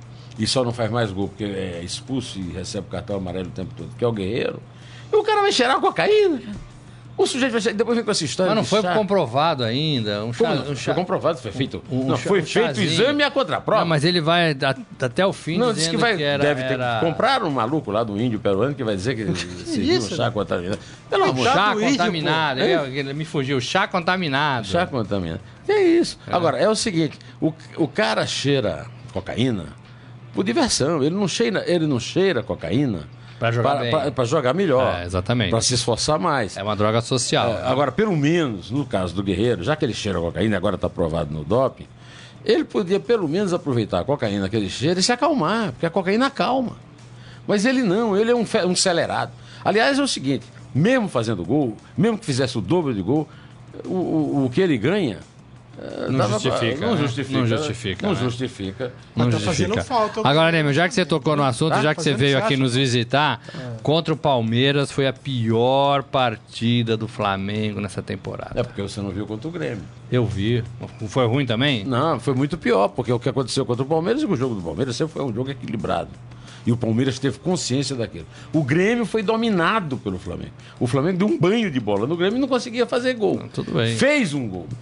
e só não faz mais gol porque é expulso e recebe cartão amarelo o tempo todo, que é o Guerreiro. E o cara vai cheirar cocaína, cara. O sujeito vai... Depois vem com essa história. Mas não foi chá. comprovado ainda. Um chá, Pô, não, um chá... Foi comprovado, foi feito. Um, um não, chá, foi um feito o exame e a contraprova. Não, mas ele vai a, até o fim. Não, disse que vai. Que era, deve ter era... que comprar um maluco lá do índio peruano que vai dizer que ele serviu um chá contaminado. Pelo amor de Deus. Chá contaminado. Ele, ele me fugiu. Chá contaminado. Chá contaminado. É isso. É. Agora, é o seguinte: o, o cara cheira cocaína por diversão. Ele não cheira, ele não cheira cocaína. Para jogar, pra, pra, pra jogar melhor. É, exatamente. Para se esforçar mais. É uma droga social. É, agora, pelo menos, no caso do Guerreiro, já que ele cheira cocaína, agora está aprovado no doping, ele podia pelo menos aproveitar a cocaína que ele cheira e se acalmar, porque a cocaína acalma. Mas ele não, ele é um, um acelerado. Aliás, é o seguinte, mesmo fazendo gol, mesmo que fizesse o dobro de gol, o, o, o que ele ganha... Não, dava, justifica, não né? justifica. Não justifica. Não né? justifica. Não Não tá justifica. fazendo falta. Agora, Nemo, já que você tocou no assunto, tá já que você veio aqui nos visitar, é. contra o Palmeiras foi a pior partida do Flamengo nessa temporada. É porque você não viu contra o Grêmio. Eu vi. Foi ruim também? Não, foi muito pior, porque o que aconteceu contra o Palmeiras e o jogo do Palmeiras sempre foi um jogo equilibrado. E o Palmeiras teve consciência daquilo. O Grêmio foi dominado pelo Flamengo. O Flamengo deu um banho de bola no Grêmio e não conseguia fazer gol. Não, tudo bem. Fez um gol.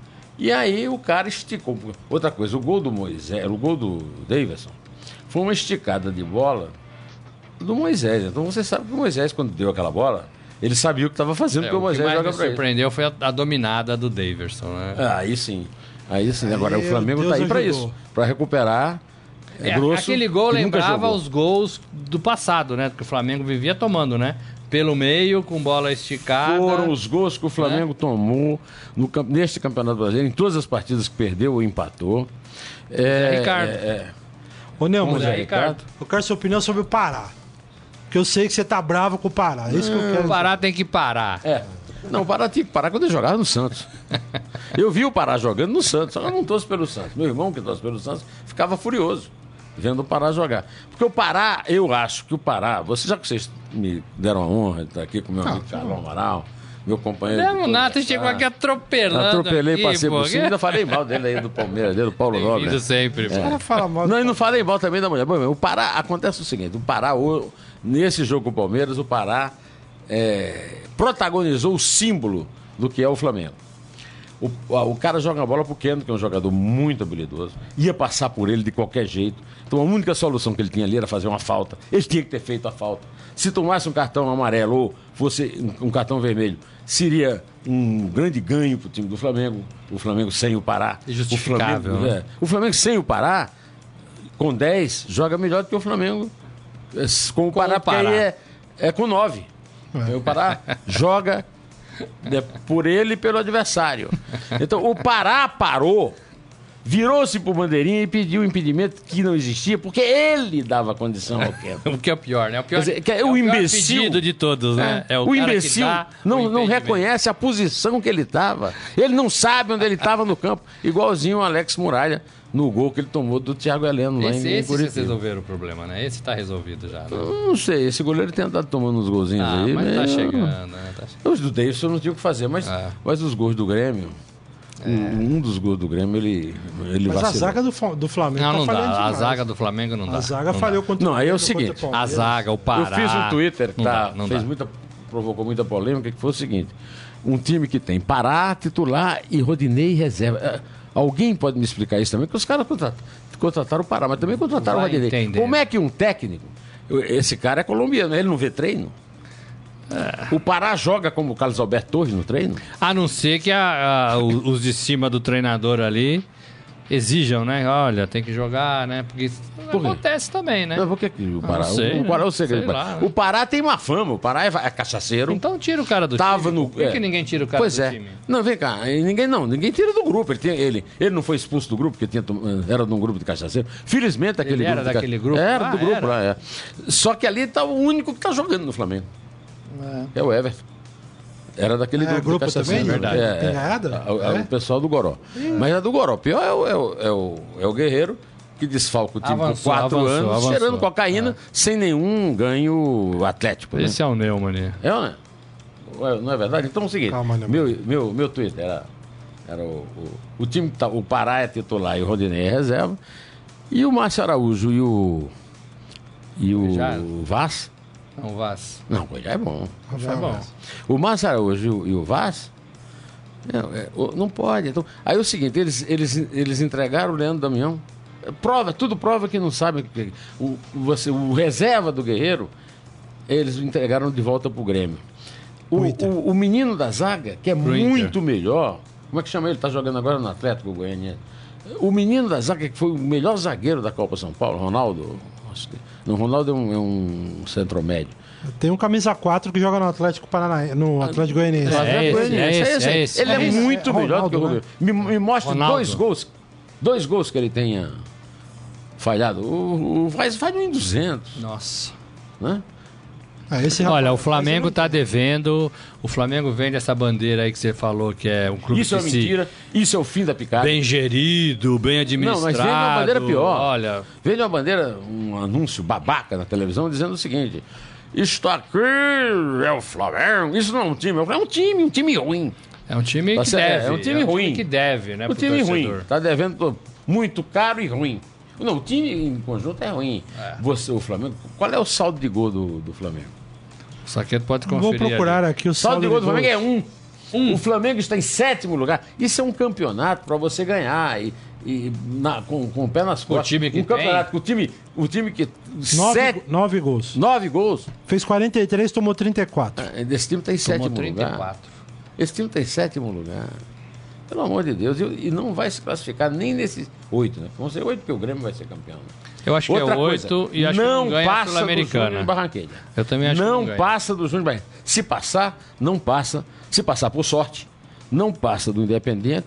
E aí o cara esticou. Outra coisa, o gol do Moisés, o gol do Davidson, foi uma esticada de bola do Moisés. Então você sabe que o Moisés, quando deu aquela bola, ele sabia o que estava fazendo, é, porque o Moisés joga pra ele. O que mais me surpreendeu foi a, a dominada do Davidson, né? Ah, aí sim. Aí sim. Aí, agora o Flamengo Deus tá aí para ajudou. isso, para recuperar. É, é, grosso, aquele gol lembrava os gols do passado, né? Que o Flamengo vivia tomando, né? Pelo meio, com bola esticada. Foram os gols que o Flamengo é. tomou no, neste Campeonato Brasileiro, em todas as partidas que perdeu ou empatou. É, Ricardo. É, é. Ô, Neumann, Zé Ricardo. Eu quero sua opinião sobre o Pará. Porque eu sei que você tá bravo com o Pará. É isso que eu quero. O Pará tem que parar. É. Não, o Pará tinha que parar quando ele jogava no Santos. Eu vi o Pará jogando no Santos, só que eu não torço pelo Santos. Meu irmão, que torce pelo Santos, ficava furioso vendo o Pará jogar. Porque o Pará, eu acho que o Pará, você, já que vocês me deram a honra de estar aqui com o meu amigo Carlão Amaral, meu companheiro. Não, nada, você chegou aqui atropelando. Atropelei, aqui, passei pô. por cima. Ainda falei mal dele aí, do Palmeiras, dele, do Paulo Nobre. Isso sempre, pô. Cara, fala mal. Não, e não falei mal também da mulher. Bom, o Pará, acontece o seguinte: o Pará, o, nesse jogo com o Palmeiras, o Pará é, protagonizou o símbolo do que é o Flamengo. O, o cara joga a bola pro Keno, que é um jogador muito habilidoso, ia passar por ele de qualquer jeito. Então a única solução que ele tinha ali era fazer uma falta. Ele tinha que ter feito a falta. Se tomasse um cartão amarelo ou fosse um, um cartão vermelho, seria um grande ganho pro time do Flamengo. O Flamengo sem o Pará. Justificável. O Flamengo, né? é, o Flamengo sem o Pará, com dez, joga melhor do que o Flamengo com o Pará, porque aí é, é com nove. É. O Pará joga é, por ele e pelo adversário. Então o Pará parou, virou-se pro bandeirinha e pediu um impedimento que não existia, porque ele dava condição ao Keno. O que é o pior, né? O pior, Quer dizer, que é é o, o imbecil, pedido de todos, né? É, É o, o cara imbecil que dá não, o não impedimento. reconhece a posição que ele estava. Ele não sabe onde ele estava no campo. Igualzinho o Alex Muralha no gol que ele tomou do Thiago Heleno lá Esse, em esse vocês Curitiba. resolveram o problema, né? Esse tá resolvido já, né? Não sei, esse goleiro tem andado tomando uns golzinhos Ah, aí. mas né? tá chegando, né? Tá chegando. Os do Davidson não tinha o que fazer, mas, É. mas os gols do Grêmio, um, um dos gols do Grêmio, ele, ele Mas a vacilou. zaga do, Fa- do Flamengo Não, tá não falhando dá. A demais. zaga do Flamengo não dá. A zaga não falhou dá. contra Não, aí é o contra seguinte, o Palmeiras. A zaga, o Pará... Eu fiz um Twitter que Não tá, dá, não fez dá. muita, provocou muita polêmica, que foi o seguinte: um time que tem Pará, titular e Rodinei reserva. É, alguém pode me explicar isso também? Porque os caras contrataram, contrataram o Pará, mas também contrataram Vai o Rodinei. entender. Como é que um técnico, esse cara é colombiano, ele não vê treino? O Pará joga como o Carlos Alberto Torres no treino? A não ser que a- a- o- os de cima do treinador ali exijam, né? Olha, tem que jogar, né? Porque Por quê? acontece também, né? Não, por que que o Pará? Não sei, o, o Pará, né? eu sei que Sei ele- lá, né? o Pará tem uma fama, o Pará é, é cachaceiro. Então tira o cara do Tava time. no. Por que, é. que ninguém tira o cara Pois do é. time? Não, vem cá, e ninguém não, ninguém tira do grupo. Ele, tem, ele, ele não foi expulso do grupo, porque tinha, tom- era de um grupo de cachaceiro. Felizmente aquele Ele grupo. era de ca- daquele grupo? Era Ah, do grupo era. lá, é. Só que ali tá o único que tá jogando no Flamengo. É, o Everton. Era daquele É, grupo, de grupo cachaceiro. também? Verdade. É, Tem é. ganhada? É, é É? o pessoal do Goró. Mas é do Goró. Pior é o, é o, é o, é o Guerreiro, que desfalca o time Avançou, por quatro avançou, anos, avançou. cheirando cocaína, sem nenhum ganho atlético. Né? Esse é o Neumann. É ou não é? Ué, não é verdade? Então é o seguinte, Calma, Neumann. meu, meu, meu Twitter era, era o, o, o time, que tá, o Pará é titular e o Rodinei é reserva, e o Márcio Araújo e o e Já. o Vaz, Não, Vaz. não, já é bom. Já é bom. O Márcio Araújo e o, e o Vaz, não, é, o- não pode. Então, aí é o seguinte, eles, eles, eles entregaram o Leandro Damião, prova, tudo prova que não sabem, que o, você, o reserva do Guerreiro, eles entregaram de volta pro Grêmio. O, Pro Inter. o, o menino da zaga, que é Pro muito Inter. melhor, como é que chama ele? Tá jogando agora no Atlético Goianiense. O menino da zaga, que foi o melhor zagueiro da Copa São Paulo, Ronaldo. acho que- Não, Ronaldo é um, é um centro-médio. Tem um camisa quatro que joga no Atlético Paranaense, no Atlético Goianiense. É esse, Goianiense, é esse, é esse. Ele é, É esse, muito é melhor do que o Ronaldo, Rodrigo. Me, me mostre Ronaldo. dois gols. Dois gols que ele tenha falhado. O, o Vaz faz um em duzentos, Nossa. né? Ah, esse rapaz- Olha, o Flamengo tá devendo. O Flamengo vende essa bandeira aí que você falou que é um clube Isso é que uma se- mentira. Isso é o fim da picada. bem gerido, bem administrado. Não, mas vende uma bandeira pior. Olha, Vende uma bandeira, um anúncio babaca na televisão dizendo o seguinte: isto aqui é o Flamengo. Isso não é um time, é um time, um time ruim. é um time Tá que certo, deve. é um time ruim. que deve, né? O pro time ruim. torcedor. Tá devendo muito caro e ruim. Não, o time em conjunto é ruim. Você, o Flamengo. Qual é o saldo de gol do, do Flamengo? O Saqueto pode Vou conferir. procurar ali. aqui o O saldo de gol do gols. Flamengo é um. O Flamengo está em sétimo lugar. Isso é um campeonato para você ganhar e, e na- com, com o pé nas costas. time que um campeonato com o time, o time que Nove, sete, nove gols. nove gols. Fez quarenta e três, tomou trinta e quatro. Esse time está em Tomou sétimo trinta e lugar. quatro. Esse time está em sétimo lugar. Pelo amor de Deus. E, e não vai se classificar nem nesses oito, né? Vão ser oito porque o Grêmio vai ser campeão. Né? Eu acho Outra que é coisa, oito e acho que não ganha a passa do Júnior em Sul-Americana. Barranquilla. Eu também acho que não não ganha. passa do Júnior em Barranquilla. Se passar, não passa. Se passar por sorte, não passa do Independente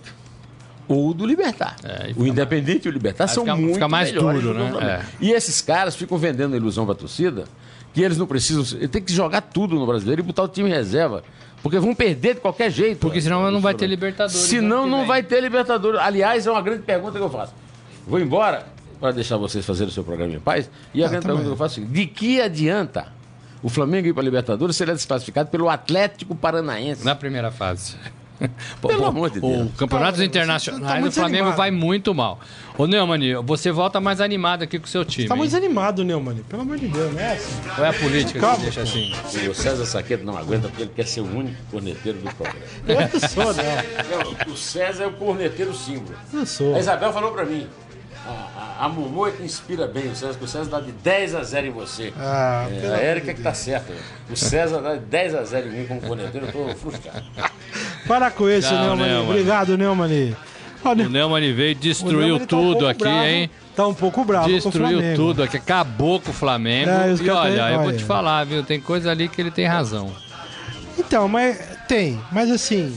ou do Libertar. É, e o fica Independente e o Libertar Aí são fica- muito fica mais melhores duro, do que o né? Flamengo. É. E esses caras ficam vendendo a ilusão pra torcida que eles não precisam. Tem que jogar tudo no brasileiro e botar o time em reserva. Porque vão perder de qualquer jeito. Porque senão não vai ter Libertadores. Senão ano que não vem. vai ter Libertadores. Aliás, é uma grande pergunta que eu faço. Vou embora para deixar vocês fazerem o seu programa em paz. E a Ah, grande também. pergunta que eu faço é: de que adianta o Flamengo ir para a Libertadores se ele é desclassificado pelo Atlético Paranaense? Na primeira fase. Pelo Pô, amor de o Deus. campeonatos Cara, internacionais, você tá muito o Flamengo desanimado. vai muito mal. Ô, Neumann, você volta mais animado aqui com o seu time. Tá muito hein? desanimado, Neumann. Pelo amor de Deus, não é assim? Qual é a política Calma. que deixa assim? O César Saqueto não aguenta porque ele quer ser o único corneteiro do programa. Eu sou, não. Não, o César é o corneteiro símbolo. Eu sou. A Isabel falou pra mim: a, a, a Momô é que inspira bem o César, que o César dá de dez a zero em você. Ah, É, pelo a amor Érica de que tá certa. O César dá de dez a zero em mim como corneteiro, eu tô frustrado. Para com isso, Tchau, Neumann. Neumann. Obrigado, Neumann. Ó, O Neu- Neumann veio e o destruiu Neumann tá um tudo pouco aqui, bravo, hein? Tá um pouco bravo com o Destruiu Flamengo. tudo aqui, acabou com o Flamengo. É, os e caras olha, têm- eu vou olha. te falar, viu? Tem coisa ali que ele tem razão. Então, mas tem. Mas assim.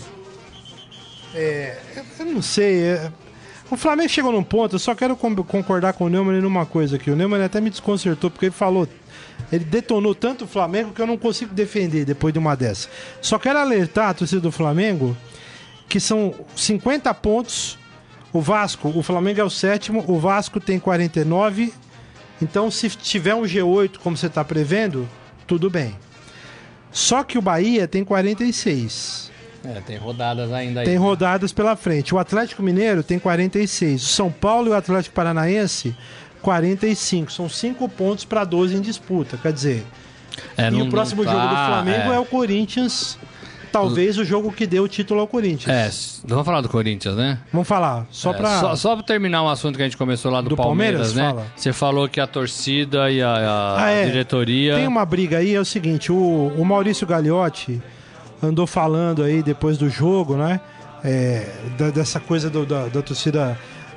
É, eu não sei. é, o Flamengo chegou num ponto, eu só quero com- concordar com o Neumann numa coisa aqui. O Neumann até me desconcertou, porque ele falou. Ele detonou tanto o Flamengo que eu não consigo defender depois de uma dessa. Só quero alertar a torcida do Flamengo que são cinquenta pontos. O Vasco, o Flamengo é o sétimo, o Vasco tem quarenta e nove. Então, se tiver um G oito, como você está prevendo, tudo bem. Só que o Bahia tem quarenta e seis. É, tem rodadas ainda aí. Tem rodadas pela frente. O Atlético Mineiro tem quarenta e seis. O São Paulo e o Atlético Paranaense, quarenta e cinco. São cinco pontos para doze em disputa. Quer dizer, É, e não- o próximo não jogo do tá, Flamengo é. é o Corinthians. Talvez o jogo que deu o título ao Corinthians. É, s- vamos falar do Corinthians, né? Vamos falar, só É, para... só, só pra terminar um assunto que a gente começou lá do, Do Palmeiras, Palmeiras, né? fala. Você falou que a torcida e a, a Ah, é. diretoria... Tem uma briga aí, é o seguinte, o, o Maurício Gagliotti andou falando aí depois do jogo, né? É, da- dessa coisa do- da, da torcida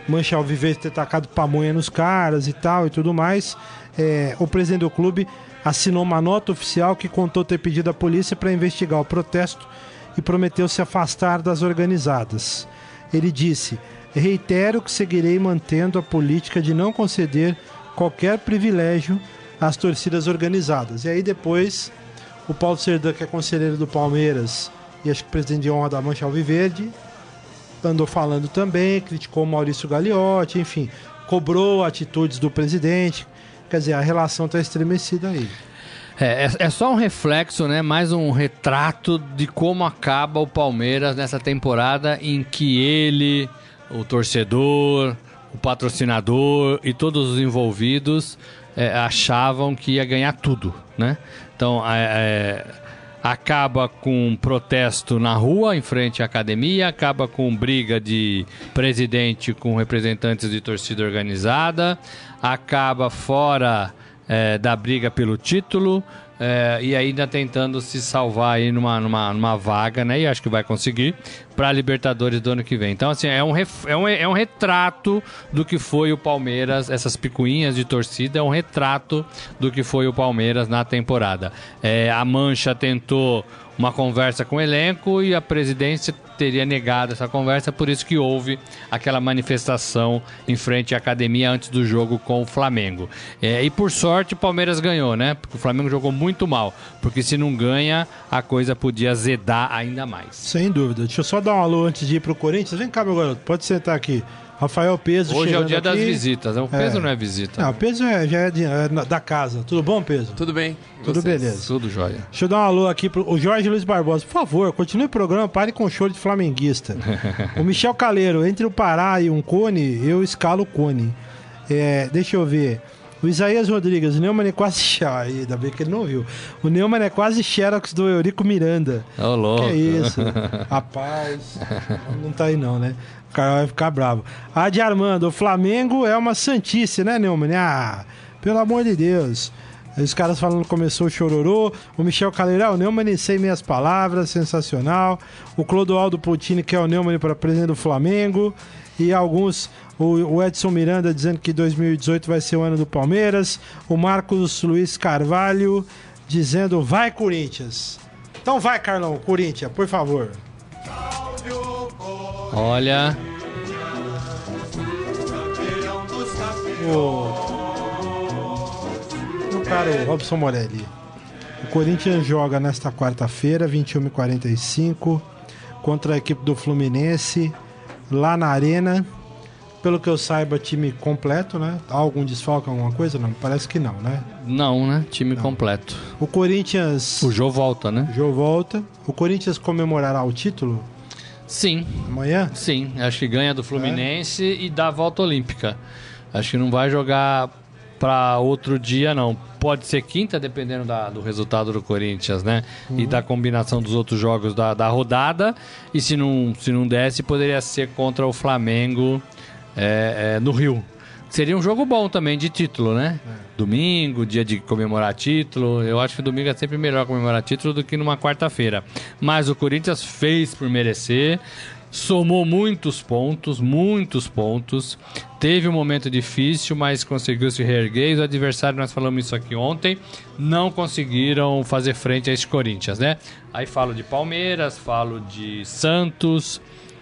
Mancha Alviverde ter tacado pamonha nos caras e tal e tudo mais. É, o presidente do clube assinou uma nota oficial que contou ter pedido à polícia para investigar o protesto e prometeu se afastar das organizadas. Ele disse: reitero que seguirei mantendo a política de não conceder qualquer privilégio às torcidas organizadas. E aí depois o Paulo Serdã, que é conselheiro do Palmeiras e acho que presidente de honra da Mancha Alviverde, andou falando também, criticou o Maurício Gagliotti, enfim, cobrou atitudes do presidente. Quer dizer, a relação está estremecida aí. É, é, é só um reflexo, né? Mais um retrato de como acaba o Palmeiras nessa temporada em que ele, o torcedor, o patrocinador e todos os envolvidos é, achavam que ia ganhar tudo, né? Então, é, é, acaba com protesto na rua, em frente à academia, acaba com briga de presidente com representantes de torcida organizada, acaba fora é, da briga pelo título, é, e ainda tentando se salvar aí numa, numa, numa vaga, né? E acho que vai conseguir para a Libertadores do ano que vem. Então, assim, é um, ref, é, um, é um retrato do que foi o Palmeiras, essas picuinhas de torcida, é um retrato do que foi o Palmeiras na temporada. É, a Mancha tentou uma conversa com o elenco e a presidência teria negado essa conversa, por isso que houve aquela manifestação em frente à academia antes do jogo com o Flamengo. É, e por sorte o Palmeiras ganhou, né? Porque o Flamengo jogou muito mal, porque se não ganha, a coisa podia azedar ainda mais. Sem dúvida. Deixa eu só dar um alô antes de ir pro Corinthians. Vem cá, meu garoto, pode sentar aqui. Rafael Peso. Hoje é o dia aqui. das visitas, o Peso é. não é visita. Não, o Peso é, já é, de, é da casa. Tudo bom, Peso? Tudo bem. Tudo Vocês? beleza. Tudo jóia. Deixa eu dar um alô aqui pro o Jorge Luiz Barbosa. Por favor, continue o programa, pare com o show de flamenguista. O Michel Caleiro, entre o Pará e um Cone, eu escalo o Cone. É, deixa eu ver. O Isaías Rodrigues, o Neumann é quase... Ai, ainda bem que ele não viu. O Neumann é quase Xerox do Eurico Miranda. Ô, oh, louco. Que é isso? Rapaz, não tá aí não, né? O cara vai ficar bravo. A de Armando, o Flamengo é uma santice, né, Neumann? Ah, pelo amor de Deus. Os caras falando que começou o chororô. O Michel Caleira, o Neumann sem meias palavras, sensacional. O Clodoaldo Puccini, que é o Neumann para presidente do Flamengo. E alguns, o, o Edson Miranda dizendo que dois mil e dezoito vai ser o ano do Palmeiras. O Marcos Luiz Carvalho dizendo vai Corinthians. Então vai, Carlão, Corinthians, por favor. Olha. O, o cara, o Robson Morelli. O Corinthians joga nesta quarta-feira, vinte e uma e quarenta e cinco, contra a equipe do Fluminense, lá na Arena. Pelo que eu saiba, time completo, né? Há algum desfalque, alguma coisa? Não, parece que não, né? Não, né? Time não. completo. O Corinthians... O Jô volta, né? O Jô volta. O Corinthians comemorará o título? Sim. Amanhã? Sim, acho que ganha do Fluminense é. e dá a volta olímpica. Acho que não vai jogar para outro dia, não. Pode ser quinta, dependendo da, do resultado do Corinthians, né? Uhum. E da combinação dos outros jogos da, da rodada. E se não, se não desse, poderia ser contra o Flamengo é, é, no Rio. Seria um jogo bom também de título, né? É. Domingo, dia de comemorar título. Eu acho que domingo é sempre melhor comemorar título do que numa quarta-feira. Mas o Corinthians fez por merecer. Somou muitos pontos, muitos pontos. Teve um momento difícil, mas conseguiu se reerguer. E os adversários, nós falamos isso aqui ontem, não conseguiram fazer frente a esse Corinthians, né? Aí falo de Palmeiras, falo de Santos.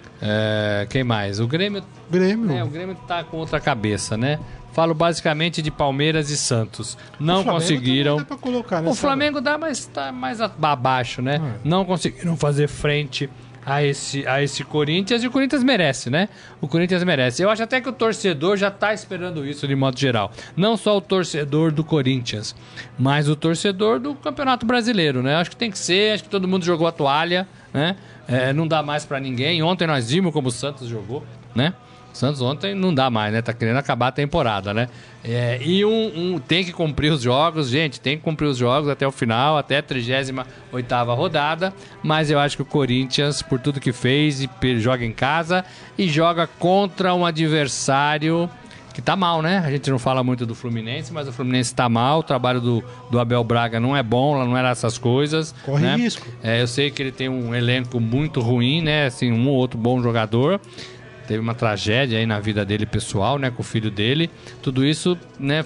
É, quem mais? O Grêmio. Grêmio. É, o Grêmio tá com outra cabeça, né? Falo basicamente de Palmeiras e Santos. Não conseguiram. Dá pra colocar, né? O Flamengo dá, mas tá mais abaixo, né? Ah. Não conseguiram fazer frente a esse, a esse Corinthians, e o Corinthians merece, né? O Corinthians merece. Eu acho até que o torcedor já tá esperando isso de modo geral. Não só o torcedor do Corinthians, mas o torcedor do Campeonato Brasileiro, né? Acho que tem que ser, acho que todo mundo jogou a toalha, né? É, não dá mais pra ninguém. Ontem nós vimos como o Santos jogou, né? O Santos ontem não dá mais, né? Tá querendo acabar a temporada, né? É, e um, um tem que cumprir os jogos, gente, tem que cumprir os jogos até o final, até a trigésima oitava rodada, mas eu acho que o Corinthians, por tudo que fez, joga em casa e joga contra um adversário que tá mal, né? A gente não fala muito do Fluminense, mas o Fluminense tá mal, o trabalho do, do Abel Braga não é bom, não era essas coisas. Corre né? risco. É, eu sei que ele tem um elenco muito ruim, né? Assim, um ou outro bom jogador. teve uma tragédia aí na vida dele pessoal, né, com o filho dele. Tudo isso, né,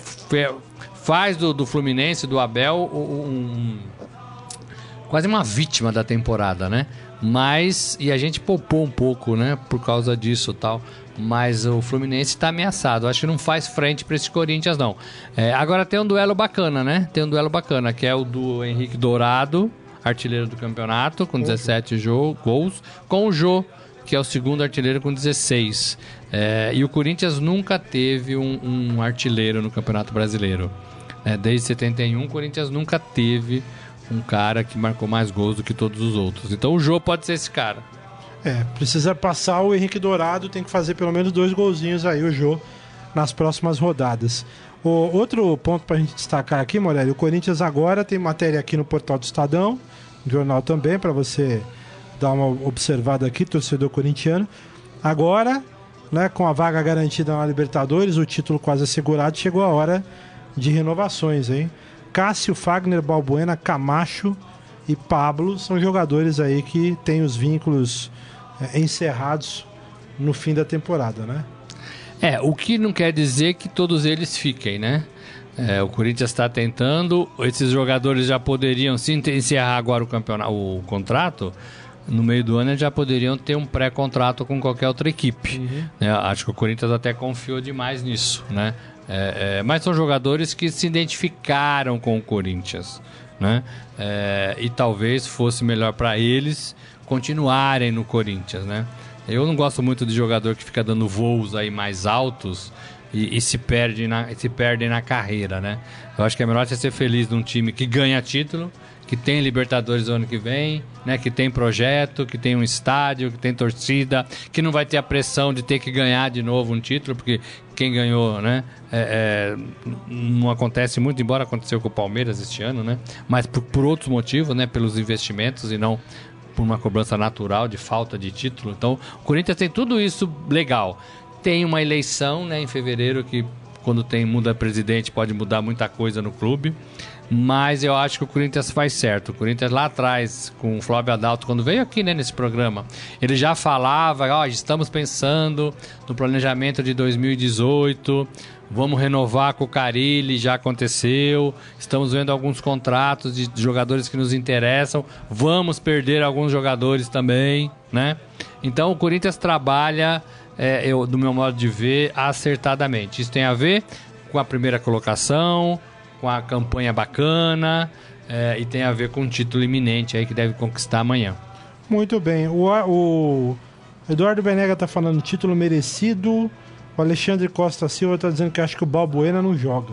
faz do, do Fluminense, do Abel, um, um, quase uma vítima da temporada, né? Mas, e a gente poupou um pouco, né, por causa disso e tal. Mas o Fluminense está ameaçado. Acho que não faz frente para esse Corinthians, não. É, agora tem um duelo bacana, né? Tem um duelo bacana, que é o do Henrique Dourado, artilheiro do campeonato, com dezessete gols, com o Jô, que é o segundo artilheiro com dezesseis. É, e o Corinthians nunca teve um, um artilheiro no Campeonato Brasileiro. É, desde setenta e um, o Corinthians nunca teve um cara que marcou mais gols do que todos os outros. Então o Jô pode ser esse cara. É, precisa passar o Henrique Dourado, tem que fazer pelo menos dois golzinhos aí, o Jô, nas próximas rodadas. O outro ponto pra gente destacar aqui, Morelli, o Corinthians agora tem matéria aqui no portal do Estadão, jornal também, para você dar uma observada aqui, torcedor corintiano. Agora, né, com a vaga garantida na Libertadores, o título quase assegurado, chegou a hora de renovações, hein? Cássio, Fagner, Balbuena, Camacho e Pablo são jogadores aí que têm os vínculos é, encerrados no fim da temporada, né? É, o que não quer dizer que todos eles fiquem, né? É, o Corinthians está tentando, esses jogadores já poderiam, se encerrar agora o campeonato, o contrato, no meio do ano eles já poderiam ter um pré-contrato com qualquer outra equipe. Uhum. É, acho que o Corinthians até confiou demais nisso, né? É, é, mas são jogadores que se identificaram com o Corinthians, né? É, e talvez fosse melhor para eles continuarem no Corinthians, né? Eu não gosto muito de jogador que fica dando voos aí mais altos e, e se perde na, se perdem na carreira, né? Eu acho que é melhor você ser feliz num time que ganha título, que tem Libertadores no ano que vem, né? Que tem projeto, que tem um estádio, que tem torcida, que não vai ter a pressão de ter que ganhar de novo um título, porque quem ganhou, né? É, é, não acontece muito, embora aconteceu com o Palmeiras este ano, né? Mas por, por outros motivos, né? Pelos investimentos e não por uma cobrança natural de falta de título. Então, o Corinthians tem tudo isso legal. Tem uma eleição, né? Em fevereiro, que quando tem muda presidente pode mudar muita coisa no clube. Mas eu acho que o Corinthians faz certo. O Corinthians lá atrás, com o Flávio Adalto, quando veio aqui, né, nesse programa, ele já falava, ó, oh, estamos pensando no planejamento de dois mil e dezoito, vamos renovar com o Carille, já aconteceu, estamos vendo alguns contratos de jogadores que nos interessam, vamos perder alguns jogadores também, né? Então o Corinthians trabalha, é, eu, do meu modo de ver, acertadamente. Isso tem a ver com a primeira colocação, com a campanha bacana, é, e tem a ver com um título iminente aí que deve conquistar amanhã. Muito bem. O, o Eduardo Benega está falando título merecido. O Alexandre Costa Silva está dizendo que acha que o Balbuena não joga.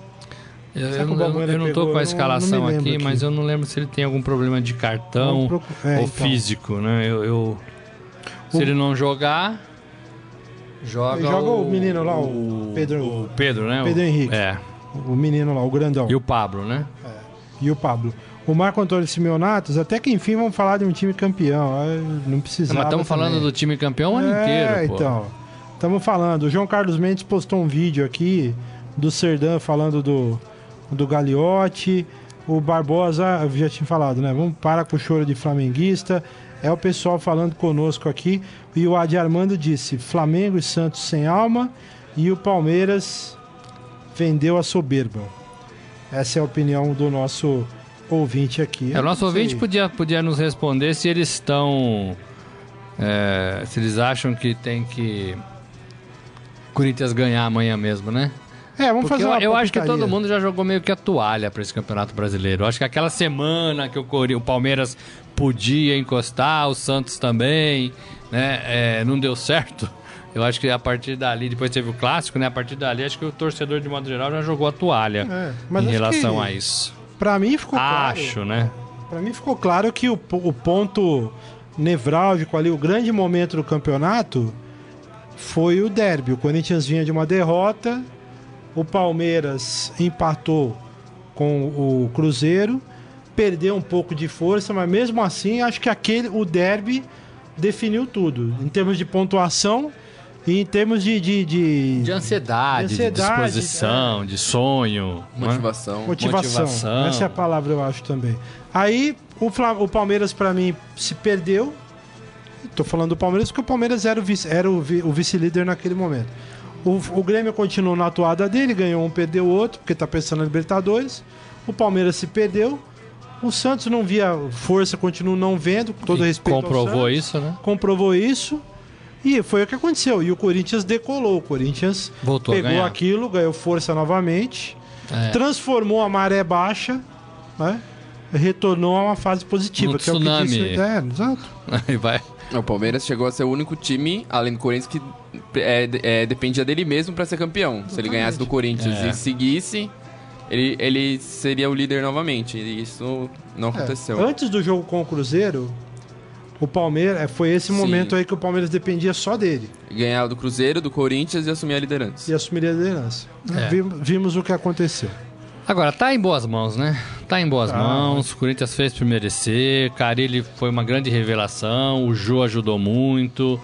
Eu, eu, não, eu não tô com a escalação não, não aqui, aqui, mas eu não lembro se ele tem algum problema de cartão proc... é, ou então. físico, né? Eu, eu... Se o... ele não jogar, joga, joga o... o menino lá, o Pedro, o Pedro, né? Pedro Henrique. É. O menino lá, o grandão. E o Pablo, né? É. E o Pablo. O Marco Antônio Simeonatos, até que enfim vamos falar de um time campeão. Não precisava. Mas estamos falando do time campeão o ano é, inteiro, pô. Então. Estamos falando. O João Carlos Mendes postou um vídeo aqui do Serdã falando do, do Gagliotti. O Barbosa, eu já tinha falado, né? Vamos parar com o choro de flamenguista. É o pessoal falando conosco aqui. E o Adi Armando disse: Flamengo e Santos sem alma. E o Palmeiras vendeu a soberba. Essa é a opinião do nosso ouvinte aqui. É, o nosso ouvinte podia, podia nos responder se eles estão... É, se eles acham que tem que... Corinthians ganhar amanhã mesmo, né? É, vamos Porque fazer uma eu, eu acho que todo mundo já jogou meio que a toalha para esse Campeonato Brasileiro. Eu acho que aquela semana que o, o Palmeiras podia encostar, o Santos também, né? É, não deu certo. Eu acho que a partir dali, depois teve o clássico, né? A partir dali, acho que o torcedor, de modo geral, já jogou a toalha é, mas em relação a isso. Pra mim ficou claro. Acho, né? Pra mim ficou claro que o, o ponto nevrálgico ali, o grande momento do campeonato, foi o derby. O Corinthians vinha de uma derrota, o Palmeiras empatou com o Cruzeiro, perdeu um pouco de força, mas mesmo assim, acho que aquele, o derby definiu tudo. Em termos de pontuação... E em termos de... De, de, de, ansiedade, de ansiedade, de disposição, é. de sonho. Motivação. Né? Motivação. Motivação. Essa é a palavra, eu acho, também. Aí, o, o Palmeiras, para mim, se perdeu Tô falando do Palmeiras porque o Palmeiras era o, vice, era o, vi, o vice-líder naquele momento. O, o Grêmio continuou na atuada dele, ganhou um, perdeu o outro, porque tá pensando na Libertadores. O Palmeiras se perdeu. O Santos não via força, continua não vendo, com todo E respeito comprovou ao Santos. isso, né? Comprovou isso. E foi o que aconteceu. E o Corinthians decolou. O Corinthians Voltou a pegou ganhar. aquilo, ganhou força novamente, É. transformou a maré baixa, né? Retornou a uma fase positiva. Um que é o que tsunami. disse, é, exato. Aí vai. O Palmeiras chegou a ser o único time, além do Corinthians, que é, é, dependia dele mesmo pra ser campeão. Se ele ganhasse do Corinthians É. e seguisse, ele, ele seria o líder novamente. E isso não aconteceu. É. Antes do jogo com o Cruzeiro, o Palmeiras foi esse Sim. momento aí que o Palmeiras dependia só dele Ganhar do Cruzeiro, do Corinthians e assumir a liderança. e assumiria a liderança. É. Vimos, vimos o que aconteceu. Agora, tá em boas mãos, né? Tá em boas Tá. mãos. O Corinthians fez por merecer. Carille foi uma grande revelação. O Jô ajudou muito.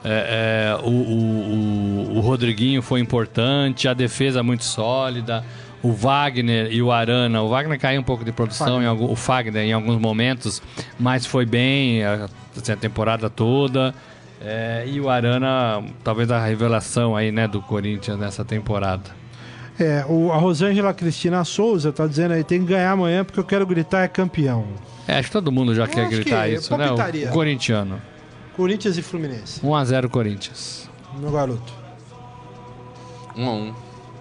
É, é, o, o, o, o Rodriguinho foi importante. A defesa muito sólida. O Wagner e o Arana. O Wagner caiu um pouco de produção, em algum, o Fagner em alguns momentos, mas foi bem a, assim, a temporada toda. É, e o Arana, talvez a revelação aí, né, do Corinthians nessa temporada. É, o, a Rosângela Cristina Souza tá dizendo aí, tem que ganhar amanhã porque eu quero gritar é campeão. É, acho que todo mundo já quer acho gritar que isso, né? O, palpitaria. o corintiano. Corinthians e Fluminense. um a zero Corinthians. Meu garoto. Um a um.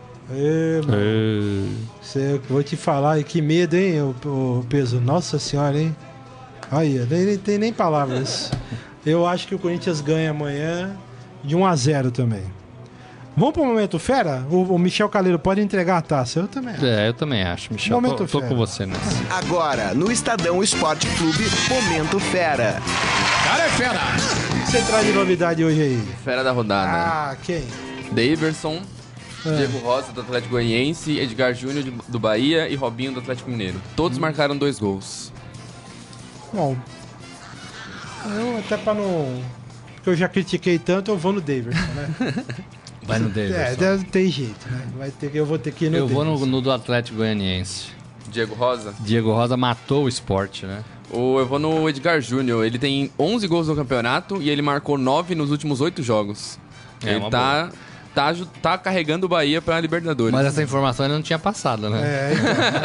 Ê, mano, cê, vou te falar, e que medo, hein, o, o peso. Nossa senhora, hein? Aí, nem, nem tem nem palavras. Eu acho que o Corinthians ganha amanhã de um a zero também. Vamos pro Momento Fera? O, o Michel Caleiro pode entregar a taça. Eu também acho. É, eu também acho, Michel. Momento Tô, tô fera. com você nessa. Agora, no Estadão Esporte Clube, Momento Fera. Cara é fera! O que você traz de novidade hoje aí? Fera da rodada. Ah, quem? Daverson, É. Diego Rosa do Atlético Goianiense, Edgar Júnior de- do Bahia e Robinho do Atlético Mineiro. Todos marcaram dois gols. Bom, eu até pra não... Porque eu já critiquei tanto, eu vou no Davidson, né? Vai no É, Davidson. deve ter jeito, né? Vai ter que, eu vou ter que ir no Eu vou no, Davidson. no do Atlético Goianiense. Diego Rosa. Diego Rosa matou o esporte, né? Ou eu vou no Edgar Júnior. Ele tem onze gols no campeonato e ele marcou nove nos últimos oito jogos. É, ele uma tá, tá, aju- tá carregando o Bahia pra Libertadores. Mas essa informação ele não tinha passado, né? É,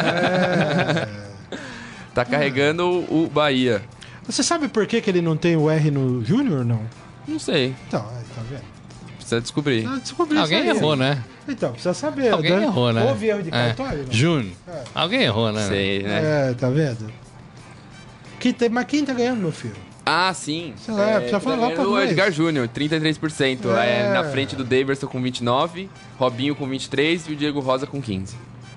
então, é... Tá carregando o o Bahia. Você sabe por que, que ele não tem o R no Júnior, não? Não sei. Então, aí, tá vendo? Precisa descobrir. Ah, descobri Alguém isso aí. errou, né? Então, precisa saber. Alguém né? errou, né? Houve erro de É. cartório? não? Júnior. É. Alguém errou, né? Sei, né? É, tá vendo? Quem tem, mas quem tá ganhando, meu filho? Ah, sim. Sei lá, precisa falar tá pra ganhando o nós. Edgar Júnior, trinta e três por cento. É. É, na frente do Daverson com vinte e nove, Robinho com vinte e três e o Diego Rosa com quinze.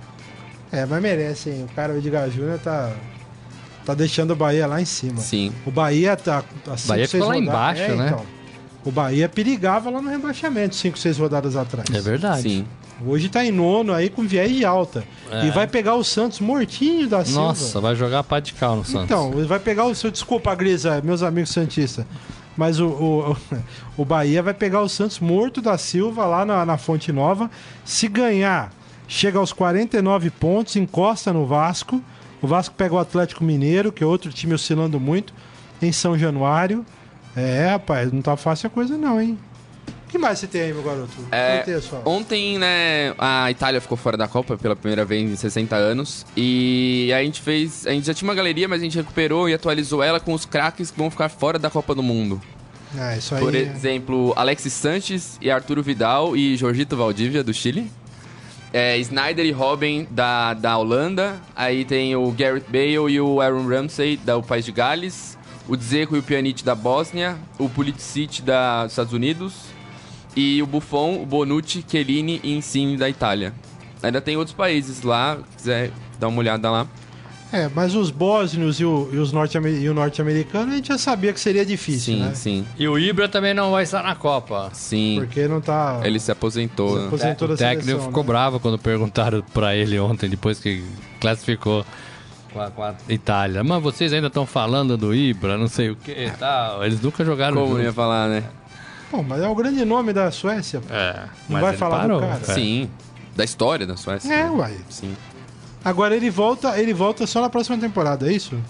É, mas merece, hein? O cara, o Edgar Júnior, tá, tá deixando o Bahia lá em cima. Sim. O Bahia tá... Assim, Bahia ficou lá embaixo, né? Então, o Bahia perigava lá no rebaixamento, cinco, seis rodadas atrás. É verdade. Sim. Hoje tá em nono aí com viés de alta. É. E vai pegar o Santos mortinho da Silva. Nossa, vai jogar pá de cal no Santos. Então, vai pegar o seu. Desculpa, Grisa, meus amigos Santistas. Mas o, o, o Bahia vai pegar o Santos morto da Silva lá na, na Fonte Nova. Se ganhar, chega aos quarenta e nove pontos, encosta no Vasco. O Vasco pega o Atlético Mineiro, que é outro time oscilando muito, em São Januário. É, rapaz, não tá fácil a coisa, não, hein? O que mais você tem aí, meu garoto? É, Vai ter só. ontem, né, a Itália ficou fora da Copa pela primeira vez em sessenta anos. E a gente fez. A gente já tinha uma galeria, mas a gente recuperou e atualizou ela com os craques que vão ficar fora da Copa do Mundo. É, isso aí. Por exemplo, Alexis Sanches e Arturo Vidal e Jorgito Valdívia, do Chile. É, Snyder e Robin, da, da Holanda. Aí tem o Gareth Bale e o Aaron Ramsey, do País de Gales. O Dzeko e o Pjanic, da Bósnia. O Pulisic, da- dos Estados Unidos. E o Buffon, o Bonucci, Chiellini e Insigne, da Itália. Ainda tem outros países lá, se quiser dar uma olhada lá. É, mas os bósnios e o, e os norte-amer- e o norte-americano a gente já sabia que seria difícil, Sim, né? sim, E o Ibra também não vai estar na Copa. sim. Porque não tá... Ele se aposentou. Se né? aposentou da O técnico seleção, ficou né? bravo quando perguntaram pra ele ontem, depois que classificou com a, com a Itália. Mas vocês ainda estão falando do Ibra, não sei o que e tal. Eles nunca jogaram Como juntos. ia falar, né? Pô, mas é o grande nome da Suécia. pô. É, Não mas vai ele falar do parou. cara? É. Sim. Da história da Suécia. É, né? uai. Sim. Agora ele volta, ele volta só na próxima temporada, é isso?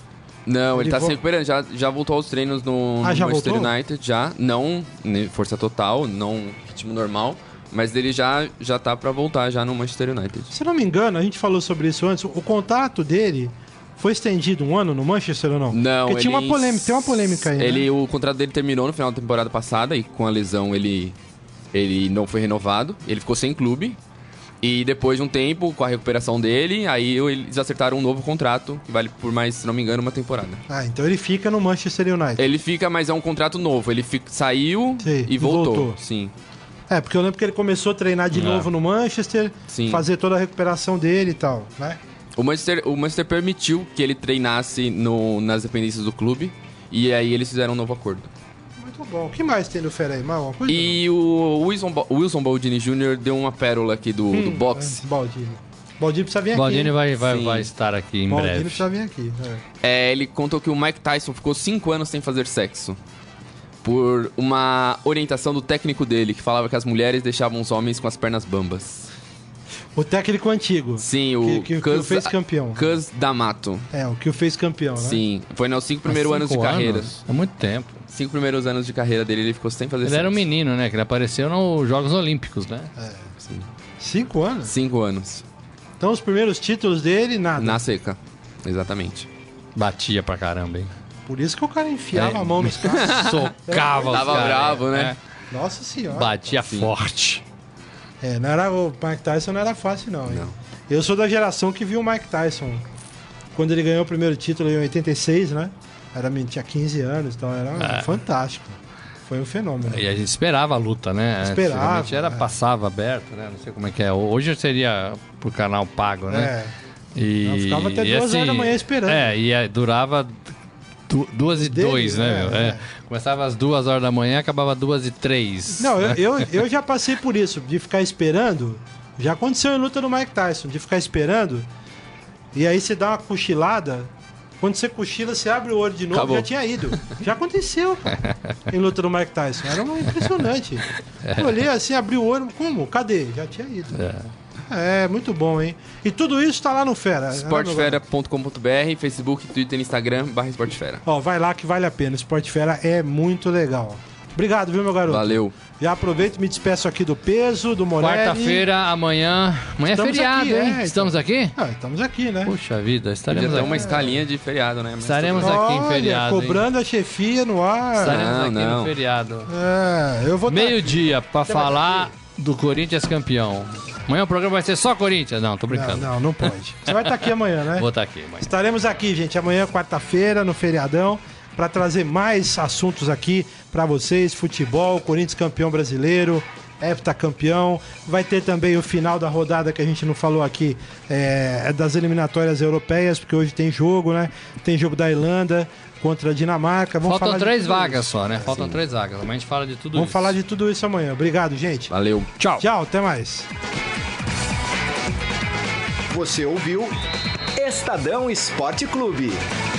Não, ele, Ele tá vo- se recuperando, já, já voltou aos treinos no, Ah, no já Manchester voltou? United, já. Não né, força total, não ritmo normal, mas ele já, já tá pra voltar já no Manchester United. Se não me engano, a gente falou sobre isso antes, o contrato dele foi estendido um ano no Manchester ou não? Não, Porque tinha ele- uma polêmica, tem uma polêmica aí, Ele, né? o contrato dele terminou no final da temporada passada e com a lesão ele, ele não foi renovado, ele ficou sem clube. E depois de um tempo, com a recuperação dele, aí eles acertaram um novo contrato, que vale por mais, se não me engano, uma temporada. Ah, então ele fica no Manchester United. Ele fica, mas é um contrato novo. Ele fica, saiu Sim, e e voltou. voltou. Sim. É, porque eu lembro que ele começou a treinar de É. novo no Manchester, Sim. fazer toda a recuperação dele e tal, né? O Manchester, o Manchester permitiu que ele treinasse no, nas dependências do clube. E aí eles fizeram um novo acordo. Muito bom. O que mais tem no Fera aí? Mais alguma coisa? E o Wilson, Bo- Wilson Baldini Júnior deu uma pérola aqui do, do Hum, boxe. é, Baldini. Baldini precisa vir Baldini aqui. hein? vai, vai, Sim. vai estar aqui em Baldini breve. precisa vir aqui. É. É, ele contou que o Mike Tyson ficou cinco anos sem fazer sexo. Por uma orientação do técnico dele, que falava que as mulheres deixavam os homens com as pernas bambas. O técnico antigo. Sim, o Que, que, que o Cus- fez campeão. Cus D'Amato. É, o que o fez campeão, né? Sim, foi nos cinco primeiros Há anos de cinco carreira. anos? É muito tempo. Cinco primeiros anos de carreira dele, ele ficou sem fazer Ele sexo. era um menino, né? Que ele apareceu nos Jogos Olímpicos, né? Sim. Cinco anos? Cinco anos. Então os primeiros títulos dele, nada. Na seca. Exatamente. Batia pra caramba, hein? Por isso que o cara enfiava É. a mão nos caras. Socava os Tava caras, bravo, né? Nossa senhora. É. Batia Sim. forte. É, não era, o Mike Tyson não era fácil, não, hein? Não. Eu sou da geração que viu o Mike Tyson quando ele ganhou o primeiro título em oitenta e seis, né? Era, tinha quinze anos, então era É. fantástico. Foi um fenômeno. E a gente esperava a luta, né? Esperava, Antigamente era é. passava aberto, né? Não sei como é que é. Hoje seria por canal pago, né? É. E, Eu ficava até e duas horas da manhã esperando. É, e é, durava du- duas e Dele, dois, né, é, meu? é. É. Começava às duas horas da manhã, acabava duas e três. Não, né? eu, eu, eu já passei por isso, de ficar esperando. Já aconteceu em luta do Mike Tyson, de ficar esperando. E aí você dá uma cochilada. Quando você cochila, você abre o olho de novo, Acabou. já tinha ido. Já aconteceu, cara, em luta do Mike Tyson. Era uma impressionante. Eu olhei assim, abri o olho, como? Cadê? Já tinha ido. É, muito bom, hein? E tudo isso tá lá no Fera. esportefera ponto com ponto b r, Facebook, Twitter, Instagram, barra Esportefera. Ó, vai lá que vale a pena. Esporte Fera é muito legal. Obrigado, viu, meu garoto? Valeu. Já aproveito e me despeço aqui do Peso, do Morelli. Quarta-feira, amanhã. Amanhã Estamos é feriado, aqui, hein? é, então. Estamos aqui? Ah, estamos aqui, né? Puxa vida, Podia estaremos ter aqui. uma escalinha de feriado, né? Mas Estaremos aqui em Olha, feriado. hein? cobrando a chefia no ar. Estaremos Não, aqui não. no feriado. É, eu vou tá Meio-dia pra Você vai falar do Corinthians campeão. Amanhã o programa vai ser só Corinthians? Não, tô Não, brincando. não, não pode. Você vai estar aqui amanhã, né? Vou estar aqui amanhã. Estaremos aqui, gente, amanhã, quarta-feira, no feriadão, para trazer mais assuntos aqui para vocês. Futebol, Corinthians campeão brasileiro, heptacampeão. Vai ter também o final da rodada que a gente não falou aqui, é, é das eliminatórias europeias, porque hoje tem jogo, né? Tem jogo da Irlanda contra a Dinamarca. Vamos Faltam falar de três tudo vagas isso. só, né? Faltam três vagas. Amanhã a gente fala de tudo Vamos isso. falar de tudo isso amanhã. Obrigado, gente. Valeu. Tchau. Tchau, até mais. Você ouviu Estadão Esporte Clube.